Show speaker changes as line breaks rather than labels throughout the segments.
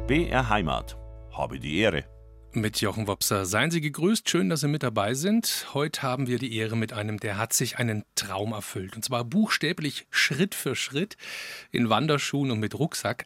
BR Heimat. Habe die Ehre.
Mit Jochen Wopser. Seien Sie gegrüßt, schön, dass Sie mit dabei sind. Heute haben wir die Ehre mit einem, der hat sich einen Traum erfüllt. Und zwar buchstäblich Schritt für Schritt in Wanderschuhen und mit Rucksack.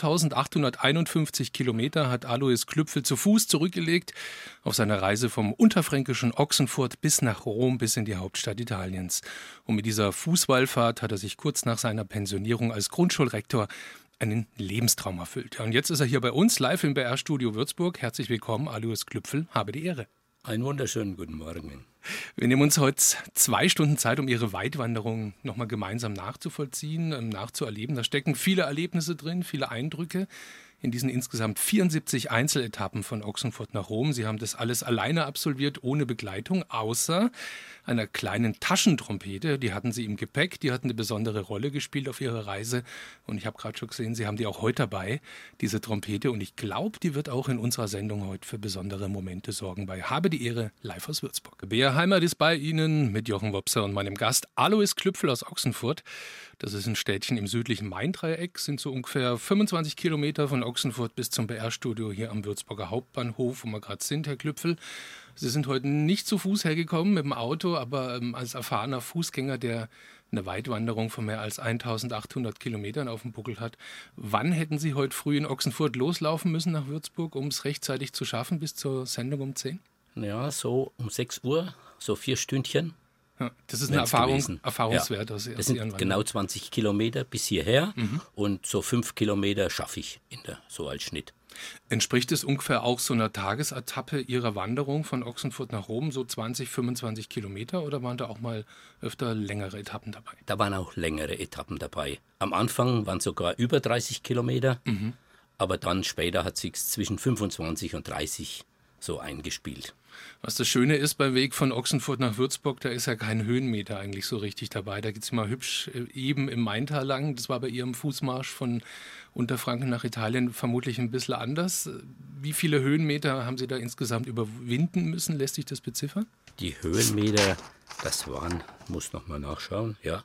1851 Kilometer hat Alois Klüpfel zu Fuß zurückgelegt auf seiner Reise vom unterfränkischen Ochsenfurt bis nach Rom, bis in die Hauptstadt Italiens. Und mit dieser Fußwallfahrt hat er sich kurz nach seiner Pensionierung als Grundschulrektor einen Lebenstraum erfüllt. Ja, und jetzt ist er hier bei uns, live im BR-Studio Würzburg. Herzlich willkommen, Alois Klüpfel, habe die Ehre.
Einen wunderschönen guten Morgen.
Wir nehmen uns heute 2 Stunden Zeit, um Ihre Weitwanderung nochmal gemeinsam nachzuvollziehen, nachzuerleben. Da stecken viele Erlebnisse drin, viele Eindrücke in diesen insgesamt 74 Einzeletappen von Ochsenfurt nach Rom. Sie haben das alles alleine absolviert, ohne Begleitung, außer einer kleinen Taschentrompete. Die hatten Sie im Gepäck, die hat eine besondere Rolle gespielt auf Ihrer Reise. Und ich habe gerade schon gesehen, Sie haben die auch heute dabei, diese Trompete. Und ich glaube, die wird auch in unserer Sendung heute für besondere Momente sorgen. Bei Habe die Ehre, live aus Würzburg. BR Heimat ist bei Ihnen mit Jochen Wopser und meinem Gast Alois Klüpfel aus Ochsenfurt. Das ist ein Städtchen im südlichen Main-Dreieck, sind so ungefähr 25 Kilometer von Ochsenfurt bis zum BR-Studio hier am Würzburger Hauptbahnhof, wo wir gerade sind, Herr Klüpfel. Sie sind heute nicht zu Fuß hergekommen mit dem Auto, aber als erfahrener Fußgänger, der eine Weitwanderung von mehr als 1800 Kilometern auf dem Buckel hat. Wann hätten Sie heute früh in Ochsenfurt loslaufen müssen nach Würzburg, um es rechtzeitig zu schaffen bis zur Sendung um 10?
Ja, so um 6 Uhr, so 4 Stündchen.
Ja, das ist ein Erfahrungswert.
Ja. Das sind genau 20 Kilometer bis hierher und so 5 Kilometer schaffe ich so als Schnitt.
Entspricht es ungefähr auch so einer Tagesetappe Ihrer Wanderung von Ochsenfurt nach Rom, so 20, 25 Kilometer, oder waren da auch mal öfter längere Etappen dabei?
Da waren auch längere Etappen dabei. Am Anfang waren sogar über 30 Kilometer, aber dann später hat es sich zwischen 25 und 30 so eingespielt.
Was das Schöne ist beim Weg von Ochsenfurt nach Würzburg, da ist ja kein Höhenmeter eigentlich so richtig dabei. Da geht es immer hübsch eben im Maintal lang. Das war bei Ihrem Fußmarsch von Unterfranken nach Italien vermutlich ein bisschen anders. Wie viele Höhenmeter haben Sie da insgesamt überwinden müssen? Lässt sich das beziffern?
Die Höhenmeter, das waren, muss noch mal nachschauen, ja,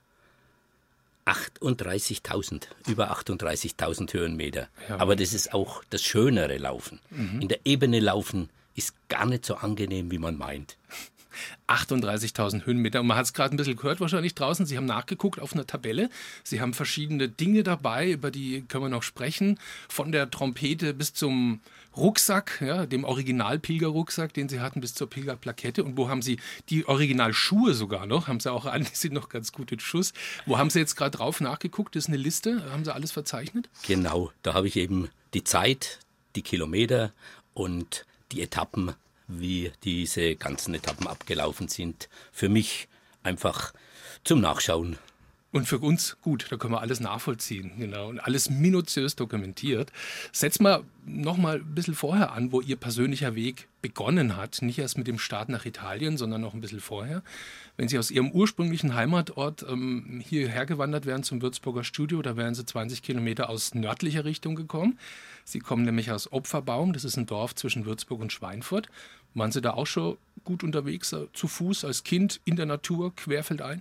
38.000, über 38.000 Höhenmeter. Ja. Aber das ist auch das schönere Laufen. In der Ebene laufen ist gar nicht so angenehm, wie man meint.
38.000 Höhenmeter. Und man hat es gerade ein bisschen gehört wahrscheinlich draußen. Sie haben nachgeguckt auf einer Tabelle. Sie haben verschiedene Dinge dabei, über die können wir noch sprechen. Von der Trompete bis zum Rucksack, ja, dem Original-Pilgerrucksack, den Sie hatten, bis zur Pilgerplakette. Und wo haben Sie die Originalschuhe sogar noch? Haben Sie auch an, die sind noch ganz gut in Schuss. Wo haben Sie jetzt gerade drauf nachgeguckt? Das ist eine Liste. Haben Sie alles verzeichnet?
Genau, da habe ich eben die Zeit, die Kilometer und die Etappen, wie diese ganzen Etappen abgelaufen sind, für mich einfach zum Nachschauen.
Und für uns gut, da können wir alles nachvollziehen, genau, und alles minutiös dokumentiert. Setzt mal noch mal ein bisschen vorher an, wo Ihr persönlicher Weg begonnen hat. Nicht erst mit dem Start nach Italien, sondern noch ein bisschen vorher. Wenn Sie aus Ihrem ursprünglichen Heimatort hierher gewandert wären zum Würzburger Studio, da wären Sie 20 Kilometer aus nördlicher Richtung gekommen. Sie kommen nämlich aus Opferbaum, das ist ein Dorf zwischen Würzburg und Schweinfurt. Waren Sie da auch schon gut unterwegs, zu Fuß, als Kind, in der Natur, querfeldein?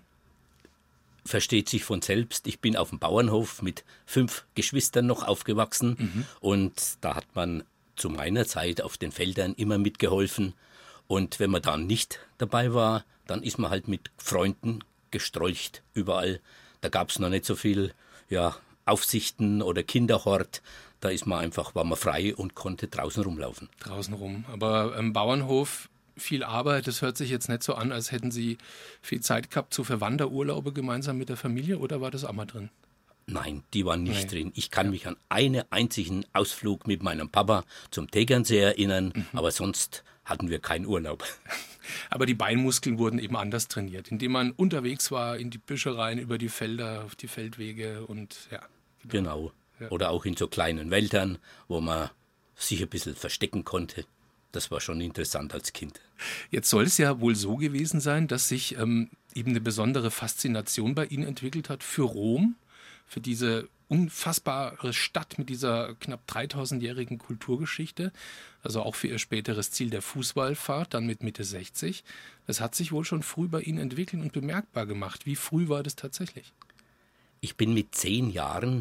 Versteht sich von selbst. Ich bin auf dem Bauernhof mit 5 Geschwistern noch aufgewachsen und da hat man zu meiner Zeit auf den Feldern immer mitgeholfen. Und wenn man dann nicht dabei war, dann ist man halt mit Freunden gestrolcht überall. Da gab es noch nicht so viel Aufsichten oder Kinderhort. Da war man frei und konnte draußen rumlaufen.
Draußen rum. Aber am Bauernhof viel Arbeit, das hört sich jetzt nicht so an, als hätten Sie viel Zeit gehabt für Wanderurlaube gemeinsam mit der Familie, oder war das auch mal drin?
Nein, die waren nicht drin. Ich kann mich an einen einzigen Ausflug mit meinem Papa zum Tegernsee erinnern, aber sonst hatten wir keinen Urlaub.
Aber die Beinmuskeln wurden eben anders trainiert, indem man unterwegs war, in die Büsche rein, über die Felder, auf die Feldwege und ja.
Genau. Ja. Oder auch in so kleinen Wäldern, wo man sich ein bisschen verstecken konnte. Das war schon interessant als Kind.
Jetzt soll es ja wohl so gewesen sein, dass sich eben eine besondere Faszination bei Ihnen entwickelt hat für Rom, für diese unfassbare Stadt mit dieser knapp 3000-jährigen Kulturgeschichte, also auch für Ihr späteres Ziel der Fußwallfahrt, dann mit Mitte 60. Das hat sich wohl schon früh bei Ihnen entwickelt und bemerkbar gemacht. Wie früh war das tatsächlich?
Ich bin mit 10 Jahren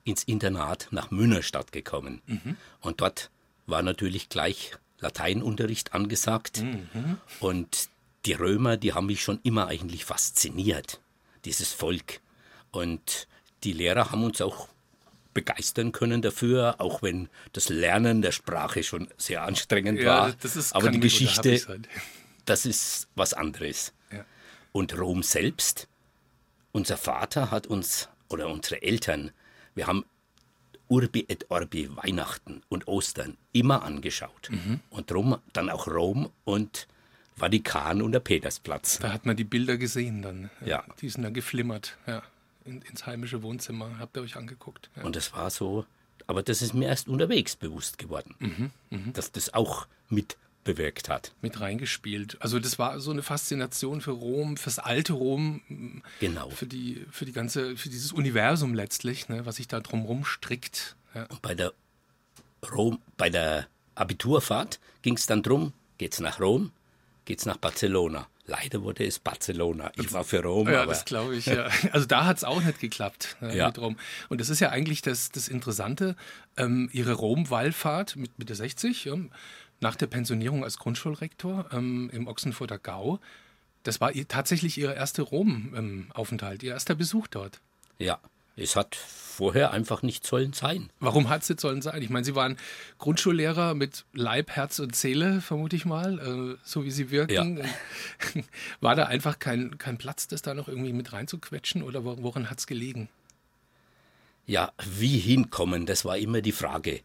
ins Internat nach Münnerstadt gekommen. Und dort war natürlich gleich Lateinunterricht angesagt. Und die Römer, die haben mich schon immer eigentlich fasziniert, dieses Volk. Und die Lehrer haben uns auch begeistern können dafür, auch wenn das Lernen der Sprache schon sehr anstrengend war. Aber die Geschichte, das ist was anderes. Ja. Und Rom selbst, unser Vater hat uns, oder unsere Eltern, wir haben Urbi et Orbi, Weihnachten und Ostern immer angeschaut. Und drum dann auch Rom und Vatikan und der Petersplatz.
Da hat man die Bilder gesehen dann.
Ja.
Die sind dann geflimmert, ja. Ins heimische Wohnzimmer, habt ihr euch angeguckt. Ja.
Und das war so, aber das ist mir erst unterwegs bewusst geworden, dass das auch mit bewirkt hat.
Mit reingespielt. Also das war so eine Faszination für Rom, fürs alte Rom.
Genau.
Für dieses Universum letztlich, ne, was sich da drumherum strickt. Ja.
Und bei der Abiturfahrt ging es dann drum, geht's nach Rom, geht's nach Barcelona. Leider wurde es Barcelona. Ich war für Rom.
Ja,
aber
das glaube ich, ja. Also da hat es auch nicht geklappt mit Rom. Und das ist ja eigentlich das Interessante. Ihre Rom-Wallfahrt mit Mitte 60, nach der Pensionierung als Grundschulrektor im Ochsenfurter Gau, das war tatsächlich Ihr erster Rom-Aufenthalt, Ihr erster Besuch dort.
Ja, es hat vorher einfach nicht sollen sein.
Warum hat es nicht sollen sein? Ich meine, Sie waren Grundschullehrer mit Leib, Herz und Seele, vermute ich mal, so wie Sie wirken. Ja. War da einfach kein Platz, das da noch irgendwie mit reinzuquetschen oder woran hat es gelegen?
Ja, wie hinkommen, das war immer die Frage.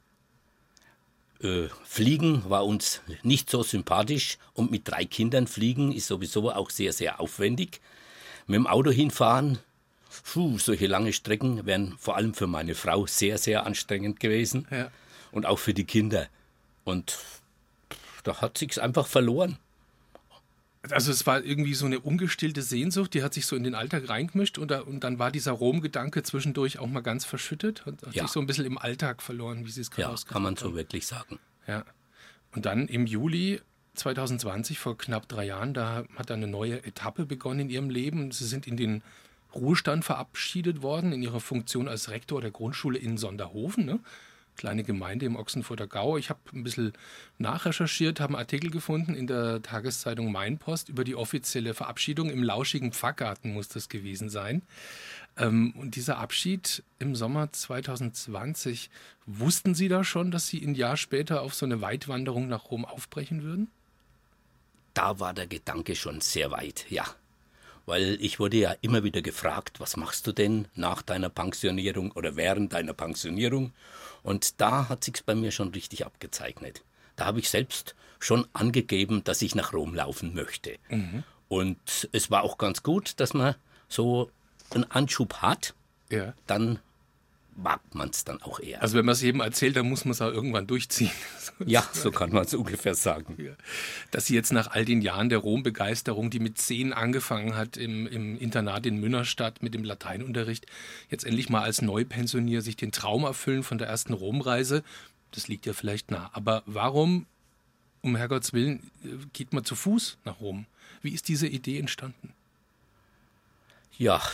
Fliegen war uns nicht so sympathisch und mit 3 Kindern fliegen ist sowieso auch sehr, sehr aufwendig. Mit dem Auto hinfahren, solche lange Strecken wären vor allem für meine Frau sehr, sehr anstrengend gewesen. Ja. Und auch für die Kinder. Und da hat sich's einfach verloren.
Also es war irgendwie so eine ungestillte Sehnsucht, die hat sich so in den Alltag reingemischt und dann war dieser Rom-Gedanke zwischendurch auch mal ganz verschüttet und hat sich so ein bisschen im Alltag verloren, wie Sie es gerade ausgedrückt haben.
Ja, kann man so wirklich sagen.
Ja. Und dann im Juli 2020, vor knapp 3 Jahren, da hat eine neue Etappe begonnen in Ihrem Leben. Sie sind in den Ruhestand verabschiedet worden in ihrer Funktion als Rektor der Grundschule in Sonderhofen, ne? Kleine Gemeinde im Ochsenfurter Gau. Ich habe ein bisschen nachrecherchiert, habe einen Artikel gefunden in der Tageszeitung Mainpost über die offizielle Verabschiedung im lauschigen Pfarrgarten muss das gewesen sein. Und dieser Abschied im Sommer 2020, wussten Sie da schon, dass Sie ein Jahr später auf so eine Weitwanderung nach Rom aufbrechen würden?
Da war der Gedanke schon sehr weit, ja. Weil ich wurde ja immer wieder gefragt, was machst du denn nach deiner Pensionierung oder während deiner Pensionierung? Und da hat sich's bei mir schon richtig abgezeichnet. Da habe ich selbst schon angegeben, dass ich nach Rom laufen möchte. Und es war auch ganz gut, dass man so einen Anschub hat, dann wagt man es dann auch eher.
Also wenn man es jedem erzählt, dann muss man es auch irgendwann durchziehen.
Ja, so kann man es ungefähr sagen.
Ja. Dass Sie jetzt nach all den Jahren der Rom-Begeisterung, die mit 10 angefangen hat im Internat in Münnerstadt mit dem Lateinunterricht, jetzt endlich mal als Neupensionier sich den Traum erfüllen von der ersten Romreise, das liegt ja vielleicht nah. Aber warum, um Herrgotts Willen, geht man zu Fuß nach Rom? Wie ist diese Idee entstanden?
Ja,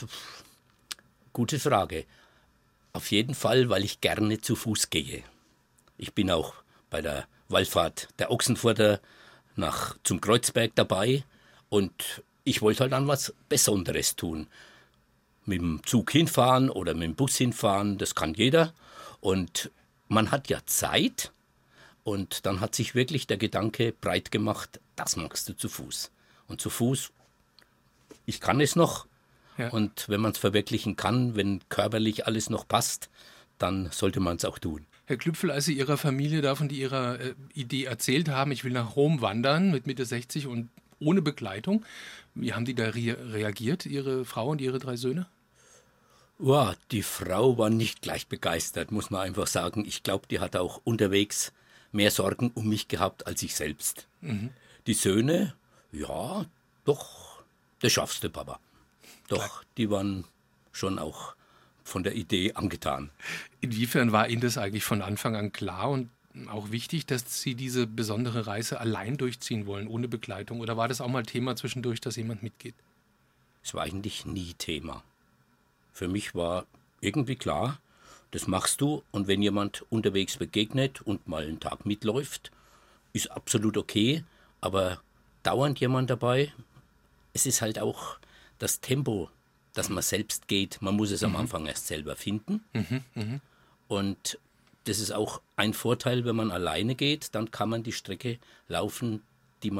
gute Frage. Auf jeden Fall, weil ich gerne zu Fuß gehe. Ich bin auch bei der Wallfahrt der Ochsenfurter zum Kreuzberg dabei und ich wollte halt dann was Besonderes tun. Mit dem Zug hinfahren oder mit dem Bus hinfahren, das kann jeder. Und man hat ja Zeit und dann hat sich wirklich der Gedanke breit gemacht, das machst du zu Fuß. Und zu Fuß, ich kann es noch. Ja. Und wenn man es verwirklichen kann, wenn körperlich alles noch passt, dann sollte man es auch tun.
Herr Klüpfel, als Sie Ihrer Familie da von Ihrer Idee erzählt haben, ich will nach Rom wandern mit Mitte 60 und ohne Begleitung, wie haben die da reagiert, Ihre Frau und Ihre 3 Söhne?
Ja, die Frau war nicht gleich begeistert, muss man einfach sagen. Ich glaube, die hat auch unterwegs mehr Sorgen um mich gehabt als ich selbst. Die Söhne, ja, doch, das schaffst du, Papa. Doch, die waren schon auch von der Idee angetan.
Inwiefern war Ihnen das eigentlich von Anfang an klar und auch wichtig, dass Sie diese besondere Reise allein durchziehen wollen, ohne Begleitung? Oder war das auch mal Thema zwischendurch, dass jemand mitgeht?
Es war eigentlich nie Thema. Für mich war irgendwie klar, Das machst du, und wenn jemand unterwegs begegnet und mal einen Tag mitläuft, ist absolut okay, aber dauernd jemand dabei, es ist halt auch das Tempo, dass man selbst geht. Man muss es am Anfang erst selber finden. Und das ist auch ein Vorteil, wenn man alleine geht, dann kann man die Strecke laufen, die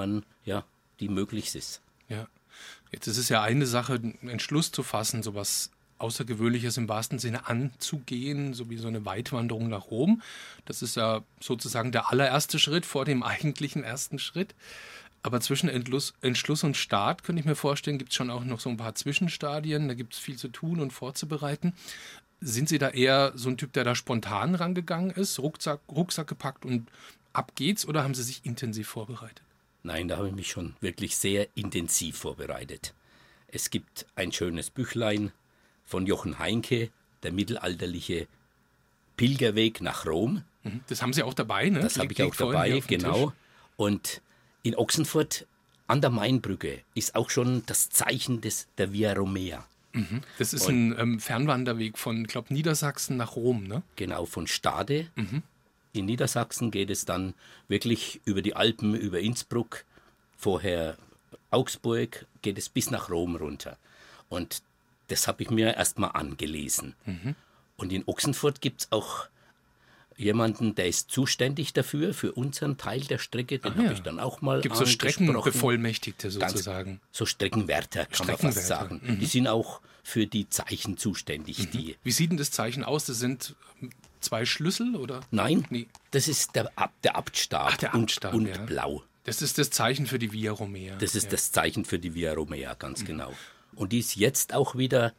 möglich ist.
Ja. Jetzt ist es ja eine Sache, einen Entschluss zu fassen, sowas Außergewöhnliches im wahrsten Sinne anzugehen, so wie so eine Weitwanderung nach Rom. Das ist ja sozusagen der allererste Schritt vor dem eigentlichen ersten Schritt. Aber zwischen Entschluss und Start, könnte ich mir vorstellen, gibt es schon auch noch so ein paar Zwischenstadien. Da gibt es viel zu tun und vorzubereiten. Sind Sie da eher so ein Typ, der da spontan rangegangen ist, Rucksack gepackt und ab geht's, oder haben Sie sich intensiv vorbereitet?
Nein, da habe ich mich schon wirklich sehr intensiv vorbereitet. Es gibt ein schönes Büchlein von Jochen Heinke, der mittelalterliche Pilgerweg nach Rom.
Das haben Sie auch dabei, ne?
Das habe ich auch dabei, genau.
Tisch.
Und in Ochsenfurt an der Mainbrücke ist auch schon das Zeichen der Via Romea.
Das ist ein Fernwanderweg von, ich glaube, Niedersachsen nach Rom, ne?
Genau, von Stade. In Niedersachsen geht es dann wirklich über die Alpen, über Innsbruck, vorher Augsburg, geht es bis nach Rom runter. Und das habe ich mir erstmal angelesen. Und in Ochsenfurt gibt es auch jemanden, der ist zuständig dafür, für unseren Teil der Strecke. Den habe ich dann auch mal
Gibt es so
angesprochen.
Streckenbevollmächtigte sozusagen?
So Streckenwärter, kann man fast sagen. Die sind auch für die Zeichen zuständig.
Wie sieht denn das Zeichen aus? Das sind 2 Schlüssel, oder?
Nein,
Nee.
das ist der Abtstab,
Ach, der Abtstab,
und
ja.
blau.
Das ist das Zeichen für die Via Romea.
Das ist das Zeichen für die Via Romea, ganz genau. Und die ist jetzt auch wieder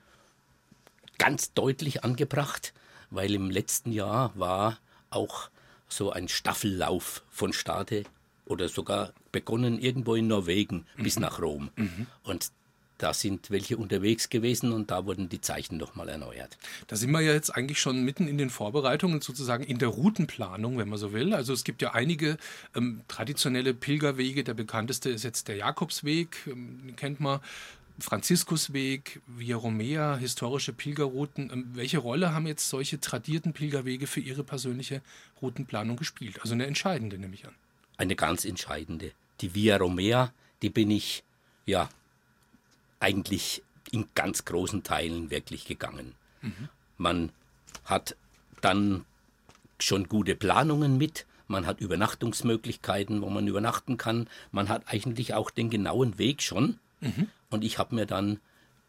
ganz deutlich angebracht, weil im letzten Jahr war auch so ein Staffellauf von Stade oder sogar begonnen irgendwo in Norwegen bis nach Rom. Und da sind welche unterwegs gewesen und da wurden die Zeichen nochmal erneuert.
Da sind wir ja jetzt eigentlich schon mitten in den Vorbereitungen, sozusagen in der Routenplanung, wenn man so will. Also es gibt ja einige traditionelle Pilgerwege. Der bekannteste ist jetzt der Jakobsweg, den kennt man. Franziskusweg, Via Romea, historische Pilgerrouten. Welche Rolle haben jetzt solche tradierten Pilgerwege für Ihre persönliche Routenplanung gespielt? Also eine entscheidende, nehme ich an.
Eine ganz entscheidende. Die Via Romea, die bin ich eigentlich in ganz großen Teilen wirklich gegangen. Man hat dann schon gute Planungen mit, man hat Übernachtungsmöglichkeiten, wo man übernachten kann, man hat eigentlich auch den genauen Weg schon. Und ich habe mir dann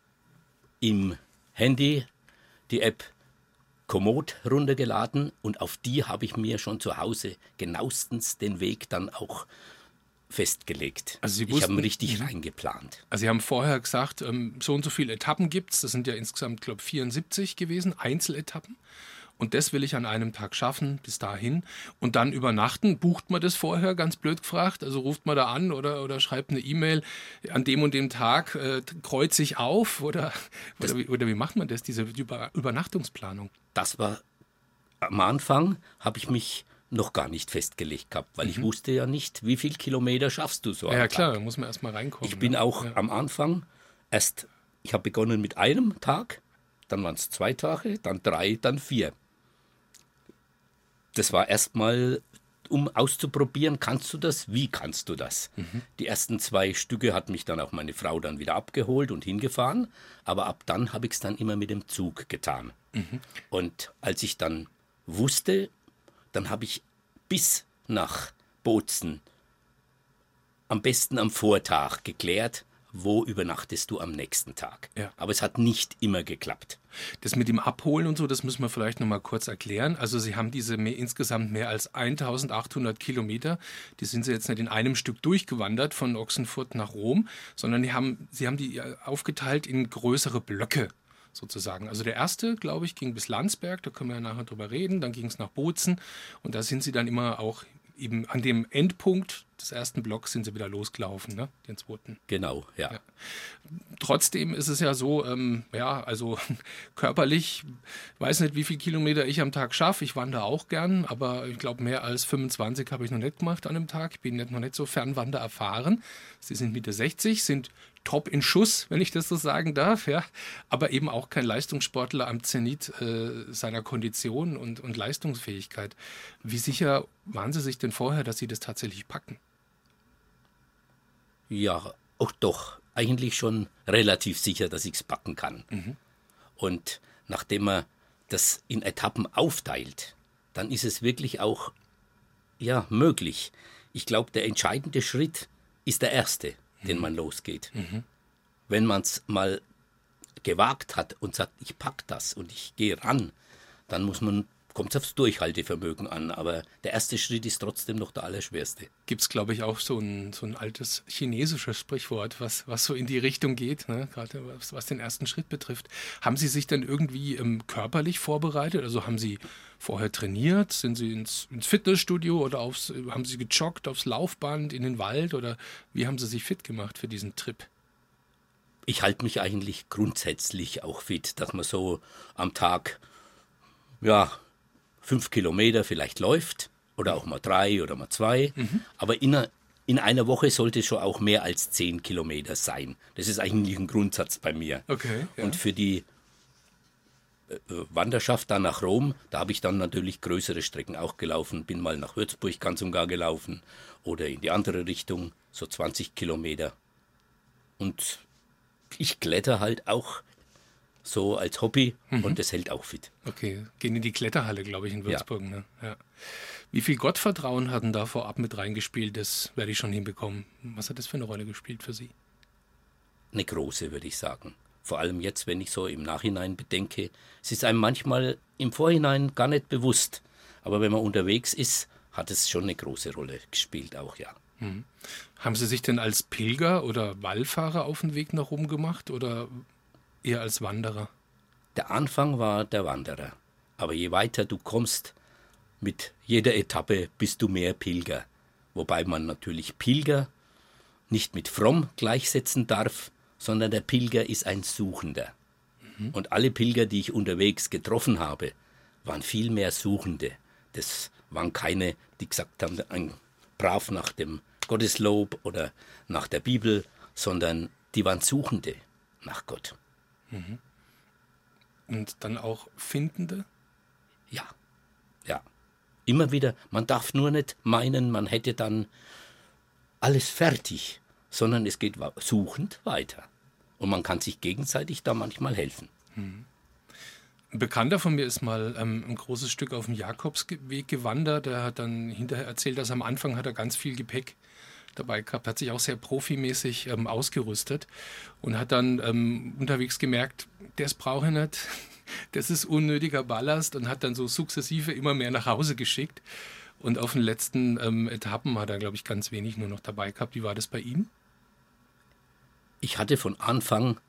im Handy die App Komoot runtergeladen und auf die habe ich mir schon zu Hause genauestens den Weg dann auch festgelegt.
Also Sie
ich
wussten,
habe ihn richtig reingeplant.
Also Sie haben vorher gesagt, so und so viele Etappen gibt es. Das sind ja insgesamt, glaube ich, 74 gewesen, Einzeletappen. Und das will ich an einem Tag schaffen, bis dahin. Und dann übernachten, bucht man das vorher, ganz blöd gefragt? Also ruft man da an oder schreibt eine E-Mail, an dem und dem Tag kreuze ich auf? Oder wie macht man das, diese Übernachtungsplanung?
Das war am Anfang, habe ich mich noch gar nicht festgelegt gehabt, weil ich wusste ja nicht, wie viel Kilometer schaffst du so am
Ja
Tag.
klar, da muss man erst mal reinkommen.
Ich bin auch am Anfang ich habe begonnen mit einem Tag, dann waren es 2 Tage, dann 3, dann 4. Das war erstmal, um auszuprobieren, kannst du das, wie kannst du das? Die ersten 2 Stücke hat mich dann auch meine Frau dann wieder abgeholt und hingefahren, aber ab dann habe ich es dann immer mit dem Zug getan. Und als ich dann wusste, dann habe ich bis nach Bozen am besten am Vortag geklärt, wo übernachtest du am nächsten Tag.
Ja.
Aber es hat nicht immer geklappt.
Das mit dem Abholen und so, das müssen wir vielleicht noch mal kurz erklären. Also Sie haben insgesamt mehr als 1800 Kilometer. Die sind Sie jetzt nicht in einem Stück durchgewandert von Ochsenfurt nach Rom, sondern Sie haben die aufgeteilt in größere Blöcke sozusagen. Also der erste, glaube ich, ging bis Landsberg, da können wir ja nachher drüber reden. Dann ging es nach Bozen und da sind Sie dann immer auch eben an dem Endpunkt des ersten Blocks sind Sie wieder losgelaufen, ne? Den zweiten.
Genau, ja.
Trotzdem ist es ja so, also körperlich, weiß nicht, wie viele Kilometer ich am Tag schaffe. Ich wandere auch gern, aber ich glaube, mehr als 25 habe ich noch nicht gemacht an einem Tag. Ich bin noch nicht so Fernwander erfahren. Sie sind Mitte 60, sind top in Schuss, wenn ich das so sagen darf, ja, aber eben auch kein Leistungssportler am Zenit seiner Kondition und Leistungsfähigkeit. Wie sicher waren Sie sich denn vorher, dass Sie das tatsächlich packen?
Ja, auch doch. Eigentlich schon relativ sicher, dass ich es packen kann. Und nachdem man das in Etappen aufteilt, dann ist es wirklich auch möglich. Ich glaube, der entscheidende Schritt ist der erste, den man losgeht. Wenn man es mal gewagt hat und sagt, ich pack das und ich gehe ran, dann kommt es aufs Durchhaltevermögen an. Aber der erste Schritt ist trotzdem noch der allerschwerste.
Gibt es, glaube ich, auch so ein altes chinesisches Sprichwort, was so in die Richtung geht, ne? Gerade was den ersten Schritt betrifft. Haben Sie sich dann irgendwie körperlich vorbereitet? Also haben Sie vorher trainiert? Sind Sie ins Fitnessstudio oder haben Sie gejoggt aufs Laufband, in den Wald? Oder wie haben Sie sich fit gemacht für diesen Trip?
Ich halte mich eigentlich grundsätzlich auch fit, dass man so am Tag 5 Kilometer vielleicht läuft oder auch mal 3 oder mal 2. Aber in einer Woche sollte es schon auch mehr als 10 Kilometer sein. Das ist eigentlich ein Grundsatz bei mir.
Okay, ja.
Und für die Wanderschaft dann nach Rom, da habe ich dann natürlich größere Strecken auch gelaufen. Bin mal nach Würzburg ganz und gar gelaufen oder in die andere Richtung, so 20 Kilometer. Und ich kletter halt auch so als Hobby und das hält auch fit.
Okay, gehen in die Kletterhalle, glaube ich, in Würzburg. Ja. Ne? Ja. Wie viel Gottvertrauen hatten da vorab mit reingespielt? Das werde ich schon hinbekommen. Was hat das für eine Rolle gespielt für Sie?
Eine große, würde ich sagen. Vor allem jetzt, wenn ich so im Nachhinein bedenke. Es ist einem manchmal im Vorhinein gar nicht bewusst. Aber wenn man unterwegs ist, hat es schon eine große Rolle gespielt auch, ja.
Haben Sie sich denn als Pilger oder Wallfahrer auf den Weg nach Rom gemacht oder eher als Wanderer?
Der Anfang war der Wanderer. Aber je weiter du kommst, mit jeder Etappe bist du mehr Pilger. Wobei man natürlich Pilger nicht mit fromm gleichsetzen darf, sondern der Pilger ist ein Suchender. Und alle Pilger, die ich unterwegs getroffen habe, waren viel mehr Suchende. Das waren keine, die gesagt haben, brav nach dem Gotteslob oder nach der Bibel, sondern die waren Suchende nach Gott.
Und dann auch Findende?
Ja. Immer wieder, man darf nur nicht meinen, man hätte dann alles fertig, sondern es geht suchend weiter. Und man kann sich gegenseitig da manchmal helfen.
Ein Bekannter von mir ist mal ein großes Stück auf dem Jakobsweg gewandert. Der hat dann hinterher erzählt, dass am Anfang hat er ganz viel Gepäck dabei gehabt, hat sich auch sehr profimäßig ausgerüstet und hat dann unterwegs gemerkt, das brauche ich nicht, das ist unnötiger Ballast und hat dann so sukzessive immer mehr nach Hause geschickt. Und auf den letzten Etappen hat er, glaube ich, ganz wenig nur noch dabei gehabt. Wie war das bei Ihnen?
Ich hatte von Anfang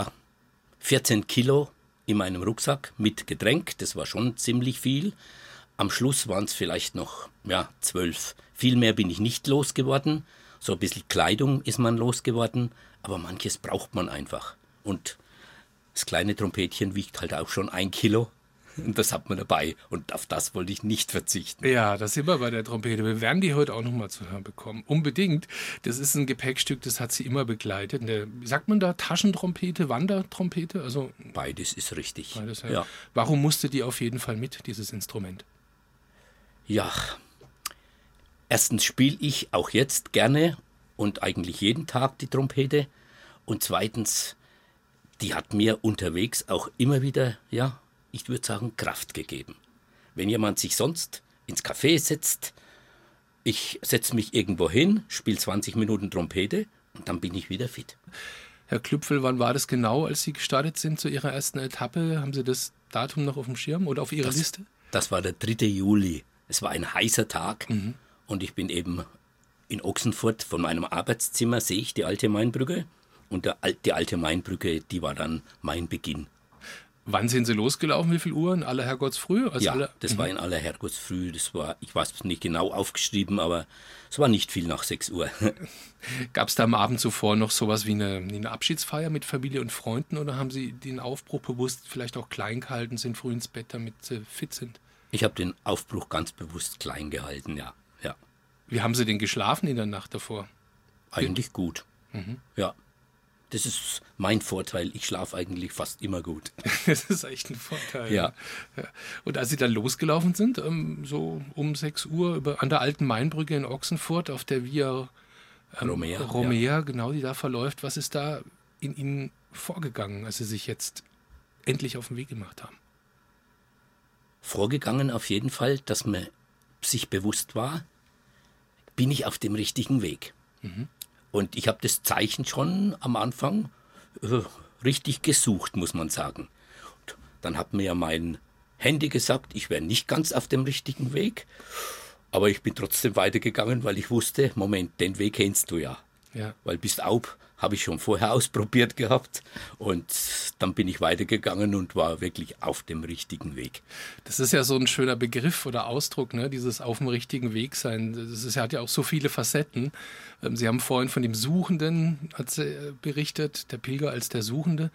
14 Kilo in meinem Rucksack mit Getränk, das war schon ziemlich viel. Am Schluss waren es vielleicht noch 12. Viel mehr bin ich nicht losgeworden. So ein bisschen Kleidung ist man losgeworden, aber manches braucht man einfach. Und das kleine Trompetchen wiegt halt auch schon 1 Kilo. Und das hat man dabei. Und auf das wollte ich nicht verzichten.
Ja, das sind wir bei der Trompete. Wir werden die heute auch noch mal zu hören bekommen. Unbedingt. Das ist ein Gepäckstück, das hat sie immer begleitet. Wie sagt man da? Taschentrompete, Wandertrompete? Also
beides ist richtig.
Beides, ja. Warum musste die auf jeden Fall mit, dieses Instrument?
Ja, erstens spiele ich auch jetzt gerne und eigentlich jeden Tag die Trompete. Und zweitens, die hat mir unterwegs auch immer wieder, ich würde sagen, Kraft gegeben. Wenn jemand sich sonst ins Café setzt, ich setze mich irgendwo hin, spiele 20 Minuten Trompete und dann bin ich wieder fit.
Herr Klüpfel, wann war das genau, als Sie gestartet sind zu Ihrer ersten Etappe? Haben Sie das Datum noch auf dem Schirm oder auf Ihrer Liste?
Das war der 3. Juli. Es war ein heißer Tag und ich bin eben in Ochsenfurt von meinem Arbeitszimmer, sehe ich die alte Mainbrücke und die alte Mainbrücke, die war dann mein Beginn.
Wann sind Sie losgelaufen? Wie viel Uhr? In aller Herrgottsfrüh?
Das war in aller Herrgottsfrüh. Das war, ich weiß es nicht genau aufgeschrieben, aber es war nicht viel nach 6 Uhr.
Gab es da am Abend zuvor noch sowas wie eine Abschiedsfeier mit Familie und Freunden oder haben Sie den Aufbruch bewusst vielleicht auch klein gehalten, sind früh ins Bett, damit Sie fit sind?
Ich habe den Aufbruch ganz bewusst klein gehalten, ja.
Wie haben Sie denn geschlafen in der Nacht davor?
Eigentlich gut. Ja. Das ist mein Vorteil. Ich schlafe eigentlich fast immer gut.
Das ist echt ein Vorteil.
Ja.
Ja. Und als Sie dann losgelaufen sind, so um 6 Uhr an der alten Mainbrücke in Ochsenfurt auf der Via Romea, genau, die da verläuft, was ist da in Ihnen vorgegangen, als Sie sich jetzt endlich auf den Weg gemacht haben?
Vorgegangen auf jeden Fall, dass man sich bewusst war, bin ich auf dem richtigen Weg. Und ich habe das Zeichen schon am Anfang richtig gesucht, muss man sagen. Und dann hat mir ja mein Handy gesagt, ich wäre nicht ganz auf dem richtigen Weg, aber ich bin trotzdem weitergegangen, weil ich wusste, Moment, den Weg kennst du ja. Weil bis Aub habe ich schon vorher ausprobiert gehabt und dann bin ich weitergegangen und war wirklich auf dem richtigen Weg.
Das ist ja so ein schöner Begriff oder Ausdruck, ne? Dieses auf dem richtigen Weg sein. Hat ja auch so viele Facetten. Sie haben vorhin von dem Suchenden berichtet, der Pilger als der Suchende.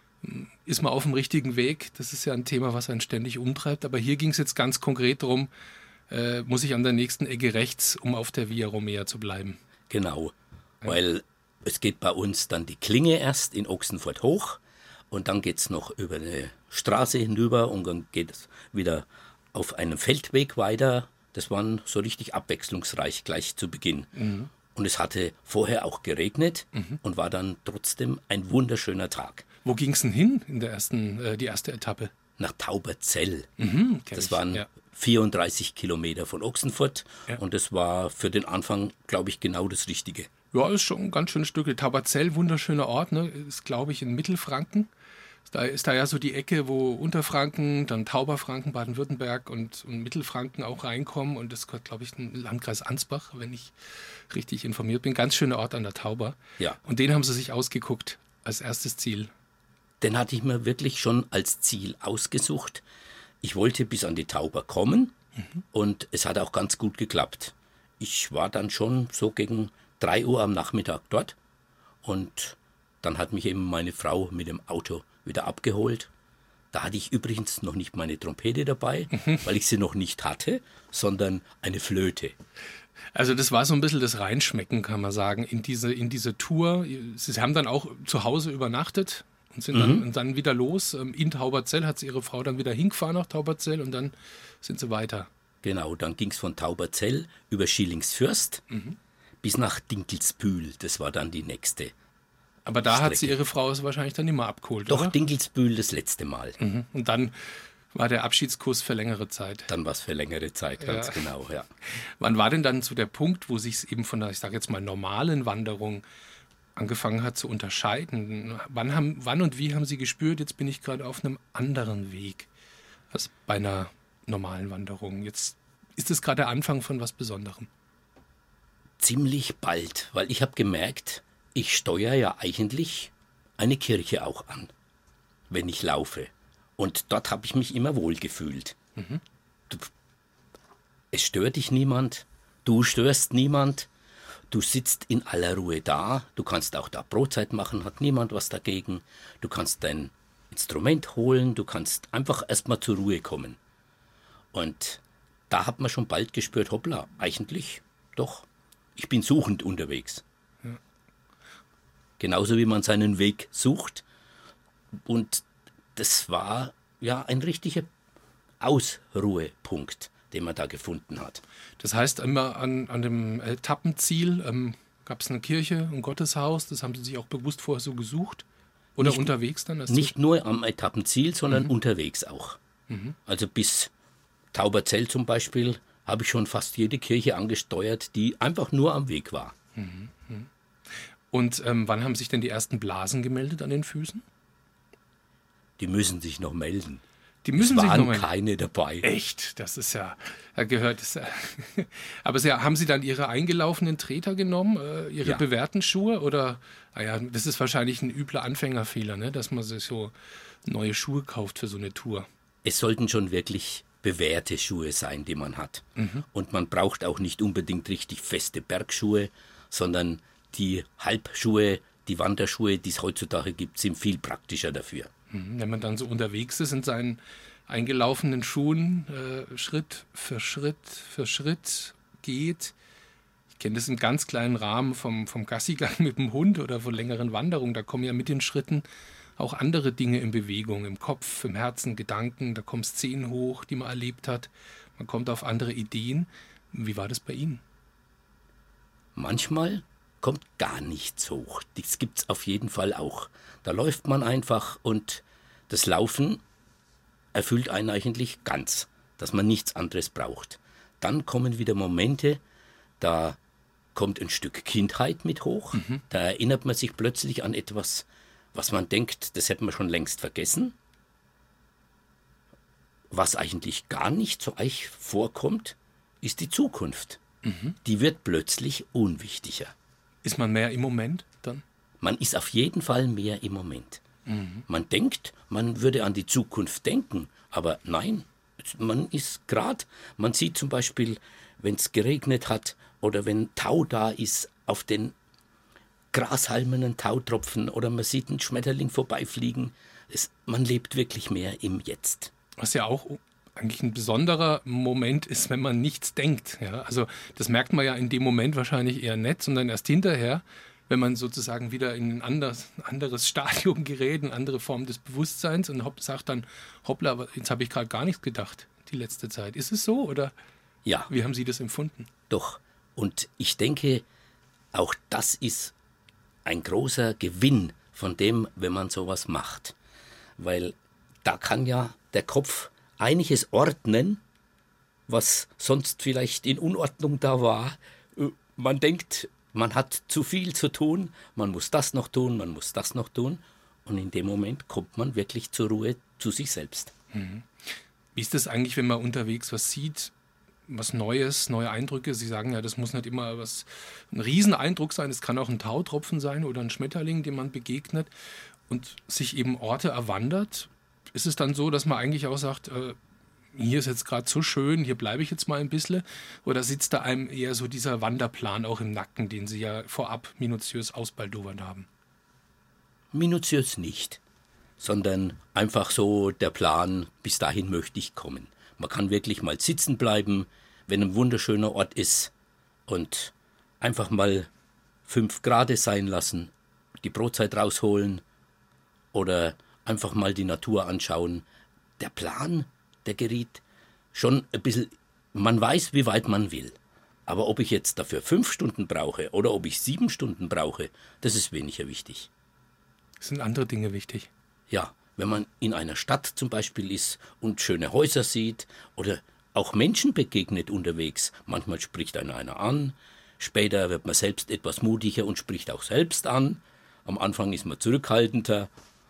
Ist man auf dem richtigen Weg? Das ist ja ein Thema, was einen ständig umtreibt. Aber hier ging es jetzt ganz konkret darum, muss ich an der nächsten Ecke rechts, um auf der Via Romea zu bleiben.
Genau, weil es geht bei uns dann die Klinge erst in Ochsenfurt hoch und dann geht es noch über eine Straße hinüber und dann geht es wieder auf einem Feldweg weiter. Das war so richtig abwechslungsreich gleich zu Beginn. Und es hatte vorher auch geregnet und war dann trotzdem ein wunderschöner Tag.
Wo ging es denn hin in der die erste Etappe?
Nach Tauberzell. Das waren 34 Kilometer von Ochsenfurt und das war für den Anfang, glaube ich, genau das Richtige.
Ja, ist schon ein ganz schönes Stück. Tauberzell, wunderschöner Ort, ne? Ist, glaube ich, in Mittelfranken. Da ist da ja so die Ecke, wo Unterfranken, dann Tauberfranken, Baden-Württemberg und Mittelfranken auch reinkommen. Und das gehört, glaube ich, in den Landkreis Ansbach, wenn ich richtig informiert bin. Ganz schöner Ort an der Tauber.
Ja.
Und den haben Sie sich ausgeguckt als erstes Ziel.
Den hatte ich mir wirklich schon als Ziel ausgesucht. Ich wollte bis an die Tauber kommen und es hat auch ganz gut geklappt. Ich war dann schon so gegen 3 Uhr am Nachmittag dort und dann hat mich eben meine Frau mit dem Auto wieder abgeholt. Da hatte ich übrigens noch nicht meine Trompete dabei, weil ich sie noch nicht hatte, sondern eine Flöte.
Also das war so ein bisschen das Reinschmecken, kann man sagen, in diese Tour. Sie haben dann auch zu Hause übernachtet und sind dann wieder los. In Tauberzell hat sie ihre Frau dann wieder hingefahren nach Tauberzell und dann sind sie weiter.
Genau, dann ging es von Tauberzell über Schillingsfürst bis nach Dinkelsbühl. Das war dann die nächste.
Aber da
Strecke.
hat sie ihre Frau wahrscheinlich dann nicht mehr abgeholt,
Doch,
oder?
Dinkelsbühl das letzte Mal.
Und dann war der Abschiedskuss für längere Zeit.
Dann war es für längere Zeit, ganz genau, ja.
Wann war denn dann so der Punkt, wo sich es eben von der, ich sage jetzt mal, normalen Wanderung angefangen hat zu unterscheiden? Wann und wie haben Sie gespürt, jetzt bin ich gerade auf einem anderen Weg als bei einer normalen Wanderung? Jetzt ist es gerade der Anfang von was Besonderem.
Ziemlich bald, weil ich habe gemerkt, ich steuere ja eigentlich eine Kirche auch an, wenn ich laufe. Und dort habe ich mich immer wohl gefühlt. Es stört dich niemand, du störst niemand, du sitzt in aller Ruhe da, du kannst auch da Brotzeit machen, hat niemand was dagegen. Du kannst dein Instrument holen, du kannst einfach erstmal zur Ruhe kommen. Und da hat man schon bald gespürt, hoppla, eigentlich doch, ich bin suchend unterwegs.
Ja.
Genauso wie man seinen Weg sucht. Und das war ja ein richtiger Ausruhepunkt, den man da gefunden hat.
Das heißt, immer an dem Etappenziel gab es eine Kirche, ein Gotteshaus, das haben Sie sich auch bewusst vorher so gesucht? Oder unterwegs dann?
Nicht nur am Etappenziel, sondern unterwegs auch. Also bis Tauberzell zum Beispiel habe ich schon fast jede Kirche angesteuert, die einfach nur am Weg war.
Und wann haben sich denn die ersten Blasen gemeldet an den Füßen?
Die müssen sich noch melden.
Die müssen
es
sich noch
waren
melden.
keine dabei.
Echt? Das ist ja, gehört. Aber haben Sie dann Ihre eingelaufenen Treter genommen, Ihre bewährten Schuhe? Oder, das ist wahrscheinlich ein übler Anfängerfehler, ne? Dass man sich so neue Schuhe kauft für so eine Tour.
Es sollten schon wirklich bewährte Schuhe sein, die man hat. Und man braucht auch nicht unbedingt richtig feste Bergschuhe, sondern die Halbschuhe, die Wanderschuhe, die es heutzutage gibt, sind viel praktischer dafür.
Wenn man dann so unterwegs ist in seinen eingelaufenen Schuhen, Schritt für Schritt geht, ich kenne das im ganz kleinen Rahmen vom Gassigang mit dem Hund oder von längeren Wanderungen. Da kommen ja mit den Schritten auch andere Dinge in Bewegung, im Kopf, im Herzen, Gedanken. Da kommen Szenen hoch, die man erlebt hat. Man kommt auf andere Ideen. Wie war das bei Ihnen?
Manchmal kommt gar nichts hoch. Das gibt's auf jeden Fall auch. Da läuft man einfach und das Laufen erfüllt einen eigentlich ganz, dass man nichts anderes braucht. Dann kommen wieder Momente, da kommt ein Stück Kindheit mit hoch. Da erinnert man sich plötzlich an etwas, was man denkt, das hätte man schon längst vergessen. Was eigentlich gar nicht so euch vorkommt, ist die Zukunft. Die wird plötzlich unwichtiger.
Ist man mehr im Moment dann?
Man ist auf jeden Fall mehr im Moment. Man denkt, man würde an die Zukunft denken, aber nein, man ist gerade, man sieht zum Beispiel, wenn es geregnet hat oder wenn Tau da ist, auf den grashalmenden Tautropfen oder man sieht einen Schmetterling vorbeifliegen. Man lebt wirklich mehr im Jetzt.
Was ja auch eigentlich ein besonderer Moment ist, wenn man nichts denkt. Ja? Also das merkt man ja in dem Moment wahrscheinlich eher nicht, sondern erst hinterher, wenn man sozusagen wieder in ein anderes Stadium gerät, eine andere Form des Bewusstseins und sagt dann, hoppla, jetzt habe ich gerade gar nichts gedacht, die letzte Zeit. Ist es so oder
Ja.
Wie haben Sie das empfunden?
Doch. Und ich denke, auch das ist ein großer Gewinn von dem, wenn man sowas macht. Weil da kann ja der Kopf einiges ordnen, was sonst vielleicht in Unordnung da war. Man denkt, man hat zu viel zu tun, man muss das noch tun, man muss das noch tun. Und in dem Moment kommt man wirklich zur Ruhe zu sich selbst.
Wie ist das eigentlich, wenn man unterwegs was sieht, was Neues, neue Eindrücke? Sie sagen ja, das muss nicht immer ein Rieseneindruck sein, es kann auch ein Tautropfen sein oder ein Schmetterling, dem man begegnet und sich eben Orte erwandert. Ist es dann so, dass man eigentlich auch sagt, hier ist jetzt gerade so schön, hier bleibe ich jetzt mal ein bisschen? Oder sitzt da einem eher so dieser Wanderplan auch im Nacken, den Sie ja vorab minutiös ausbaldowert haben?
Minutiös nicht, sondern einfach so der Plan, bis dahin möchte ich kommen. Man kann wirklich mal sitzen bleiben, wenn ein wunderschöner Ort ist und einfach mal 5 Grad sein lassen, die Brotzeit rausholen oder einfach mal die Natur anschauen. Der Plan, der geriet schon ein bisschen, man weiß, wie weit man will. Aber ob ich jetzt dafür 5 Stunden brauche oder ob ich 7 Stunden brauche, das ist weniger wichtig.
Es sind andere Dinge wichtig.
Ja, wenn man in einer Stadt zum Beispiel ist und schöne Häuser sieht oder auch Menschen begegnet unterwegs. Manchmal spricht einer an, später wird man selbst etwas mutiger und spricht auch selbst an. Am Anfang ist man zurückhaltender.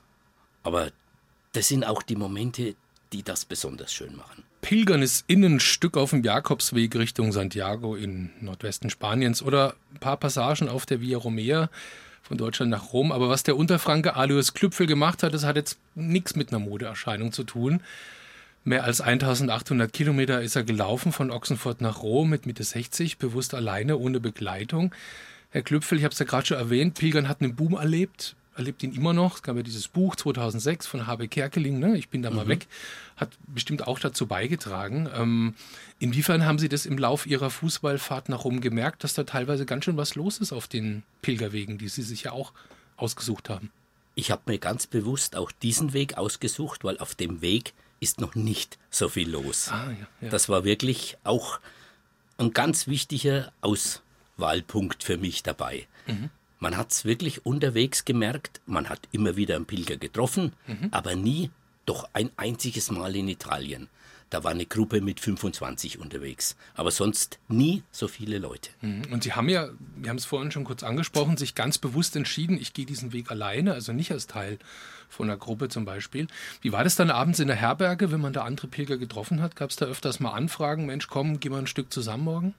Aber das sind auch die Momente, die das besonders schön machen.
Pilgern ist innen ein Stück auf dem Jakobsweg Richtung Santiago in Nordwesten Spaniens oder ein paar Passagen auf der Via Romea von Deutschland nach Rom. Aber was der Unterfranke Alois Klüpfel gemacht hat, das hat jetzt nichts mit einer Modeerscheinung zu tun. Mehr als 1800 Kilometer ist er gelaufen von Ochsenfurt nach Rom mit Mitte 60, bewusst alleine, ohne Begleitung. Herr Klüpfel, ich habe es ja gerade schon erwähnt, Pilgern hat einen Boom erlebt ihn immer noch. Es gab ja dieses Buch 2006 von Habe Kerkeling, ne? Ich bin da mal weg, hat bestimmt auch dazu beigetragen. Inwiefern haben Sie das im Lauf Ihrer Fußballfahrt nach Rom gemerkt, dass da teilweise ganz schön was los ist auf den Pilgerwegen, die Sie sich ja auch ausgesucht haben?
Ich habe mir ganz bewusst auch diesen Weg ausgesucht, weil auf dem Weg ist noch nicht so viel los.
Ja.
Das war wirklich auch ein ganz wichtiger Auswahlpunkt für mich dabei. Man hat es wirklich unterwegs gemerkt, man hat immer wieder einen Pilger getroffen, aber nie doch ein einziges Mal in Italien. Da war eine Gruppe mit 25 unterwegs, aber sonst nie so viele Leute.
Und Sie haben ja, wir haben es vorhin schon kurz angesprochen, sich ganz bewusst entschieden, ich gehe diesen Weg alleine, also nicht als Teil von einer Gruppe zum Beispiel. Wie war das dann abends in der Herberge, wenn man da andere Pilger getroffen hat? Gab es da öfters mal Anfragen, Mensch, komm, geh mal ein Stück zusammen morgen?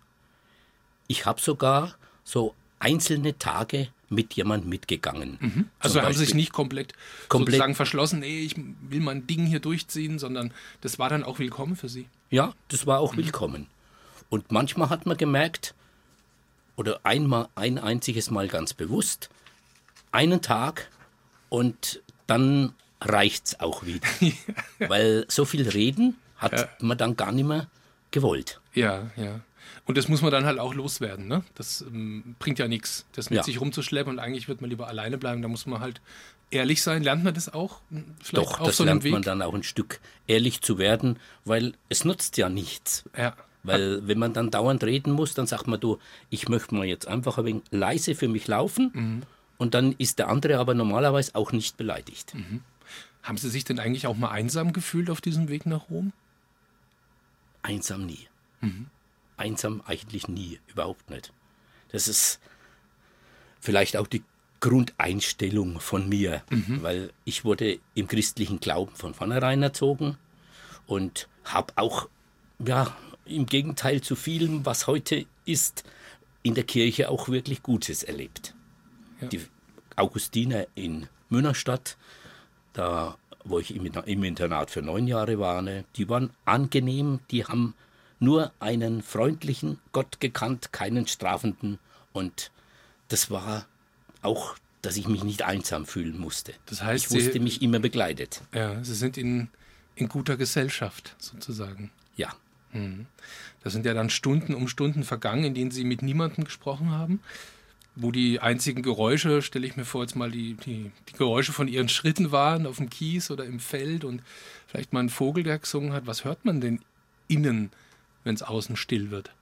Ich habe sogar so einzelne Tage mit jemand mitgegangen.
Also haben Sie sich nicht komplett sozusagen verschlossen, nee, ich will mein Ding hier durchziehen, sondern das war dann auch willkommen für Sie?
Ja, das war auch willkommen. Und manchmal hat man gemerkt, oder ein einziges Mal ganz bewusst, einen Tag und dann reicht's auch wieder. Weil so viel reden hat man dann gar nicht mehr gewollt.
Ja. Und das muss man dann halt auch loswerden, ne? Das bringt ja nichts, das mit
Ja.
sich rumzuschleppen und eigentlich wird man lieber alleine bleiben. Da muss man halt ehrlich sein. Lernt man das auch? Vielleicht
Doch,
auf
das
so einem
lernt
Weg?
man dann auch ein Stück ehrlich zu werden, weil es nutzt ja nichts.
Ja.
Weil wenn man dann dauernd reden muss, dann sagt man, du, ich möchte mal jetzt einfach ein wenig leise für mich laufen und dann ist der andere aber normalerweise auch nicht beleidigt.
Haben Sie sich denn eigentlich auch mal einsam gefühlt auf diesem Weg nach Rom?
Einsam nie. Einsam eigentlich nie, überhaupt nicht. Das ist vielleicht auch die Grundeinstellung von mir, weil ich wurde im christlichen Glauben von vornherein erzogen und habe auch, ja, im Gegenteil zu vielem, was heute ist, in der Kirche auch wirklich Gutes erlebt.
Ja.
Die Augustiner in Münnerstadt, da wo ich im Internat für 9 Jahre war, ne, die waren angenehm, die haben nur einen freundlichen Gott gekannt, keinen strafenden. Und das war auch, dass ich mich nicht einsam fühlen musste.
Das heißt,
ich wusste mich immer begleitet.
Ja, Sie sind in guter Gesellschaft sozusagen.
Ja.
Das sind ja dann Stunden um Stunden vergangen, in denen Sie mit niemandem gesprochen haben. Wo die einzigen Geräusche, stelle ich mir vor, jetzt mal die Geräusche von Ihren Schritten waren auf dem Kies oder im Feld und vielleicht mal ein Vogel, der gesungen hat. Was hört man denn innen, wenn es außen still wird?